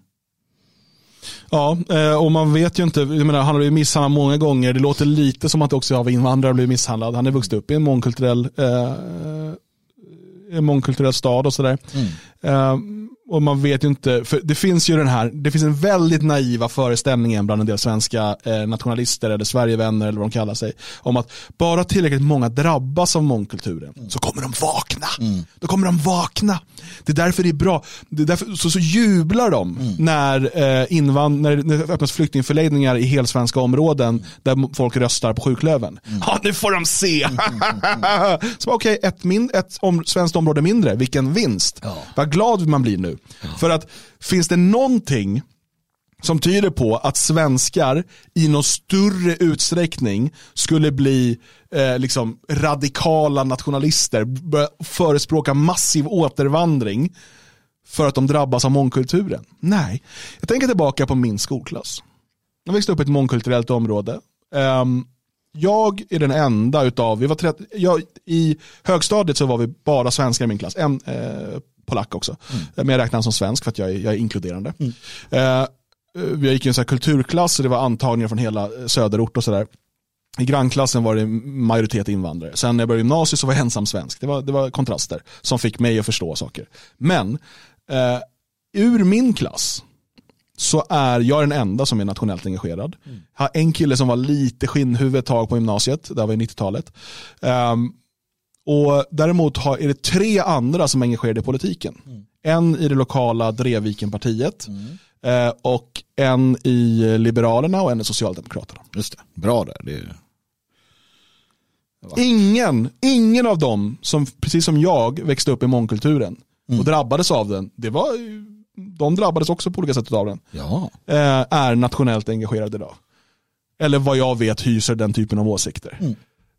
Ja, och man vet ju inte, jag menar, han har blivit misshandlad många gånger. Det låter lite som att också av invandrare blir misshandlad. Han är vuxit upp i en mångkulturell eh, en mångkulturell stad och sådär. Mm. Eh, Och man vet ju inte, för det finns ju den här, det finns en väldigt naiva föreställningen bland en del svenska eh, nationalister eller Sverigevänner eller vad de kallar sig, om att bara tillräckligt många drabbas av mångkulturen mm. så kommer de vakna. Mm. Då kommer de vakna. Det är därför det är bra. Det är därför, så, så jublar de mm. när, eh, invand, när det öppnas flyktingförläggningar i helsvenska områden där folk röstar på sjuklöven. Mm. Ja, nu får de se. Så okej, okay, ett, min, ett om, svenskt område mindre. Vilken vinst. Ja. Vad glad man blir nu. Ja. För att finns det någonting som tyder på att svenskar i någon större utsträckning skulle bli eh, liksom radikala nationalister, börja förespråka massiv återvandring för att de drabbas av mångkulturen? Nej. Jag tänker tillbaka på min skolklass. Jag växte upp i ett mångkulturellt område. Um, jag är den enda utav, vi var trettio, jag, i högstadiet så var vi bara svenskar i min klass. En eh, polack också. Mm. Men jag räknar som svensk för att jag är, jag är inkluderande. Mm. Uh, vi gick i en sån här kulturklass och det var antagningar från hela söderort och sådär. I grannklassen var det majoritet invandrare. Sen när jag började gymnasiet så var jag ensam svensk. Det var, det var kontraster som fick mig att förstå saker. Men uh, ur min klass så är jag den enda som är nationellt engagerad. Mm. Jag har en kille som var lite skinnhuvud ett tag på gymnasiet, där var i nittiotalet. Um, och däremot har, är det tre andra som är engagerade i politiken. Mm. En i det lokala Drevvikenpartiet mm. uh, och en i Liberalerna och en i Socialdemokraterna. Just det, bra där. Det är... Ingen, ingen av dem som precis som jag växte upp i mångkulturen mm. och drabbades av den, det var de drabbades också på olika sätt av den. Ja. Är nationellt engagerade idag. Eller vad jag vet hyser den typen av åsikter. Mm.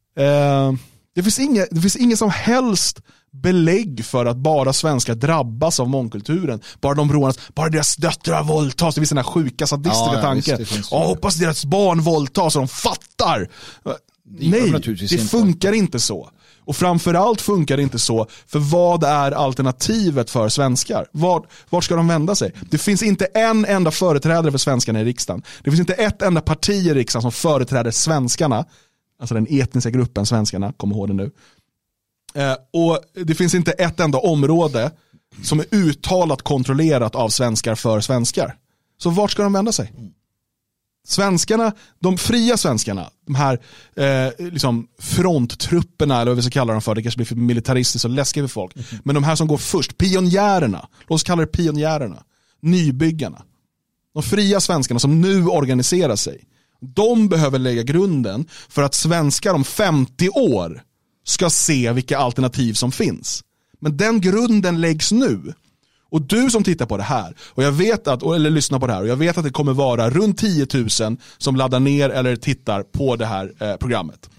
Det finns inget, det finns inget som helst belägg för att bara svenskar drabbas av mångkulturen. Bara de rånas, bara deras döttrar våldtas. Det finns den här sjuka sadistiska ja, tanken. Ja, visst, Åh, hoppas deras barn våldtas och de fattar. Det Nej, det funkar inte så. Och framförallt funkar det inte så, för vad är alternativet för svenskar? Vart, vart ska de vända sig? Det finns inte en enda företrädare för svenskarna i riksdagen. Det finns inte ett enda parti i riksdagen som företräder svenskarna, alltså den etniska gruppen svenskarna, kom ihåg det nu. Eh, och det finns inte ett enda område som är uttalat kontrollerat av svenskar för svenskar. Så vart ska de vända sig? Svenskarna, de fria svenskarna, de här eh, liksom fronttrupperna eller vad vi ska kalla dem för, det kanske blir för militaristiskt och läskigt för folk, mm. men de här som går först, pionjärerna, låt oss kalla det pionjärerna, nybyggarna, de fria svenskarna som nu organiserar sig, de behöver lägga grunden för att svenskar om femtio år ska se vilka alternativ som finns. Men den grunden läggs nu. Och du som tittar på det här, och jag vet att, eller lyssnar på det här, och jag vet att det kommer vara runt tio tusen som laddar ner eller tittar på det här eh, programmet.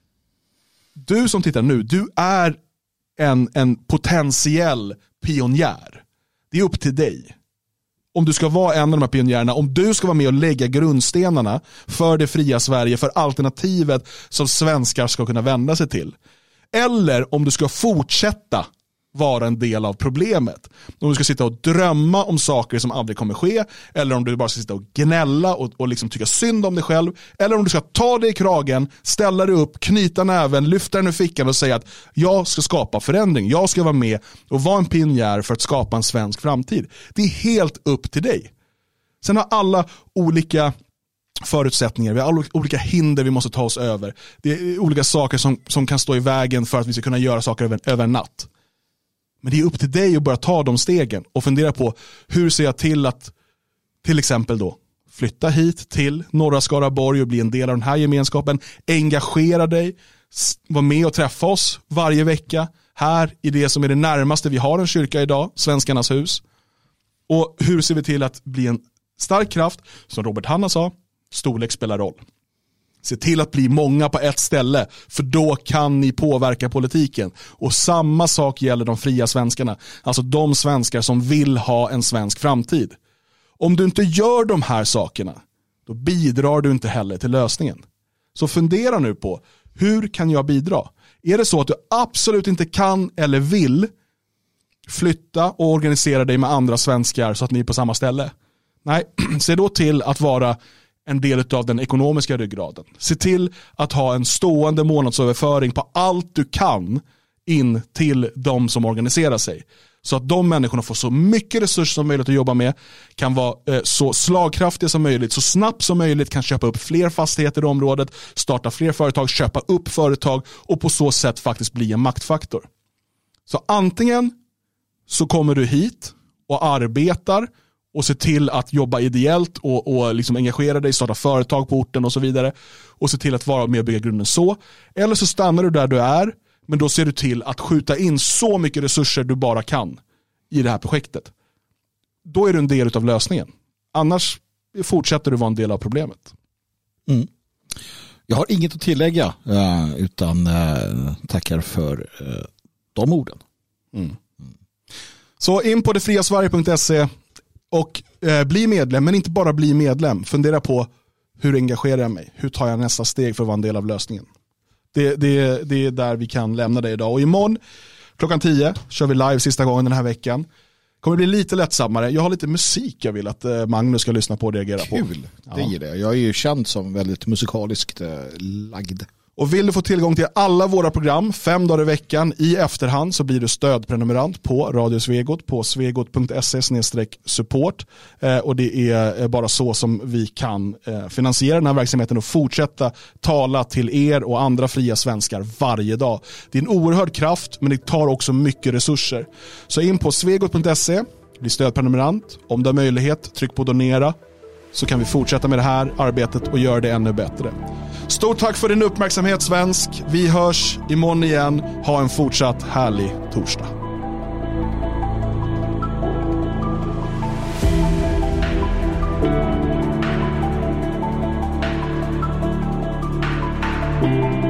Du som tittar nu, du är en, en potentiell pionjär. Det är upp till dig. Om du ska vara en av de här pionjärerna, om du ska vara med och lägga grundstenarna för det fria Sverige, för alternativet som svenskar ska kunna vända sig till. Eller om du ska fortsätta vara en del av problemet. Om du ska sitta och drömma om saker som aldrig kommer ske, eller om du bara ska sitta och gnälla och, och liksom tycka synd om dig själv, eller om du ska ta dig i kragen, ställa dig upp, knyta näven, lyfta den ur fickan och säga att jag ska skapa förändring, jag ska vara med och vara en pionjär för att skapa en svensk framtid. Det är helt upp till dig. Sen har alla olika förutsättningar, vi har alla olika hinder vi måste ta oss över. Det är olika saker som, som kan stå i vägen för att vi ska kunna göra saker över, över en natt. Men det är upp till dig att börja ta de stegen och fundera på hur ser jag till att till exempel då flytta hit till norra Skaraborg och bli en del av den här gemenskapen, engagera dig, vara med och träffa oss varje vecka här i det som är det närmaste vi har en kyrka idag, Svenskarnas hus. Och hur ser vi till att bli en stark kraft, som Robert Hanna sa, storlek spelar roll. Se till att bli många på ett ställe, för då kan ni påverka politiken. Och samma sak gäller de fria svenskarna. Alltså de svenskar som vill ha en svensk framtid. Om du inte gör de här sakerna, då bidrar du inte heller till lösningen. Så fundera nu på, hur kan jag bidra? Är det så att du absolut inte kan eller vill flytta och organisera dig med andra svenskar så att ni är på samma ställe? Nej, se då till att vara en del av den ekonomiska ryggraden. Se till att ha en stående månadsöverföring på allt du kan in till de som organiserar sig. Så att de människorna får så mycket resurser som möjligt att jobba med, kan vara eh, så slagkraftiga som möjligt, så snabbt som möjligt kan köpa upp fler fastigheter i området, starta fler företag, köpa upp företag och på så sätt faktiskt bli en maktfaktor. Så antingen så kommer du hit och arbetar och ser till att jobba ideellt och, och liksom engagera dig, starta företag på orten och så vidare och se till att vara med och bygga grunden så. Eller så stannar du där du är, men då ser du till att skjuta in så mycket resurser du bara kan i det här projektet. Då är du en del av lösningen. Annars fortsätter du vara en del av problemet. Mm. Jag har inget att tillägga utan tackar för de orden. Mm. Mm. Så in på detfriasverige punkt se och eh, bli medlem, men inte bara bli medlem. Fundera på hur engagerar jag mig? Hur tar jag nästa steg för att vara en del av lösningen? Det, det, det är där vi kan lämna det idag. Och imorgon klockan tio kör vi live sista gången den här veckan. Kommer bli lite lättsammare. Jag har lite musik jag vill att eh, Magnus ska lyssna på och reagera på. Kul, det ger det. Jag är ju känd som väldigt musikaliskt eh, lagd. Och vill du få tillgång till alla våra program fem dagar i veckan i efterhand så blir du stödprenumerant på Radio Svegot på svegot punkt se slash support. Eh, och det är bara så som vi kan eh, finansiera den här verksamheten och fortsätta tala till er och andra fria svenskar varje dag. Det är en oerhörd kraft, men det tar också mycket resurser. Så in på svegot punkt se, bli stödprenumerant. Om du har möjlighet, tryck på donera. Så kan vi fortsätta med det här arbetet och göra det ännu bättre. Stort tack för din uppmärksamhet, svensk. Vi hörs imorgon igen. Ha en fortsatt härlig torsdag. Thank you.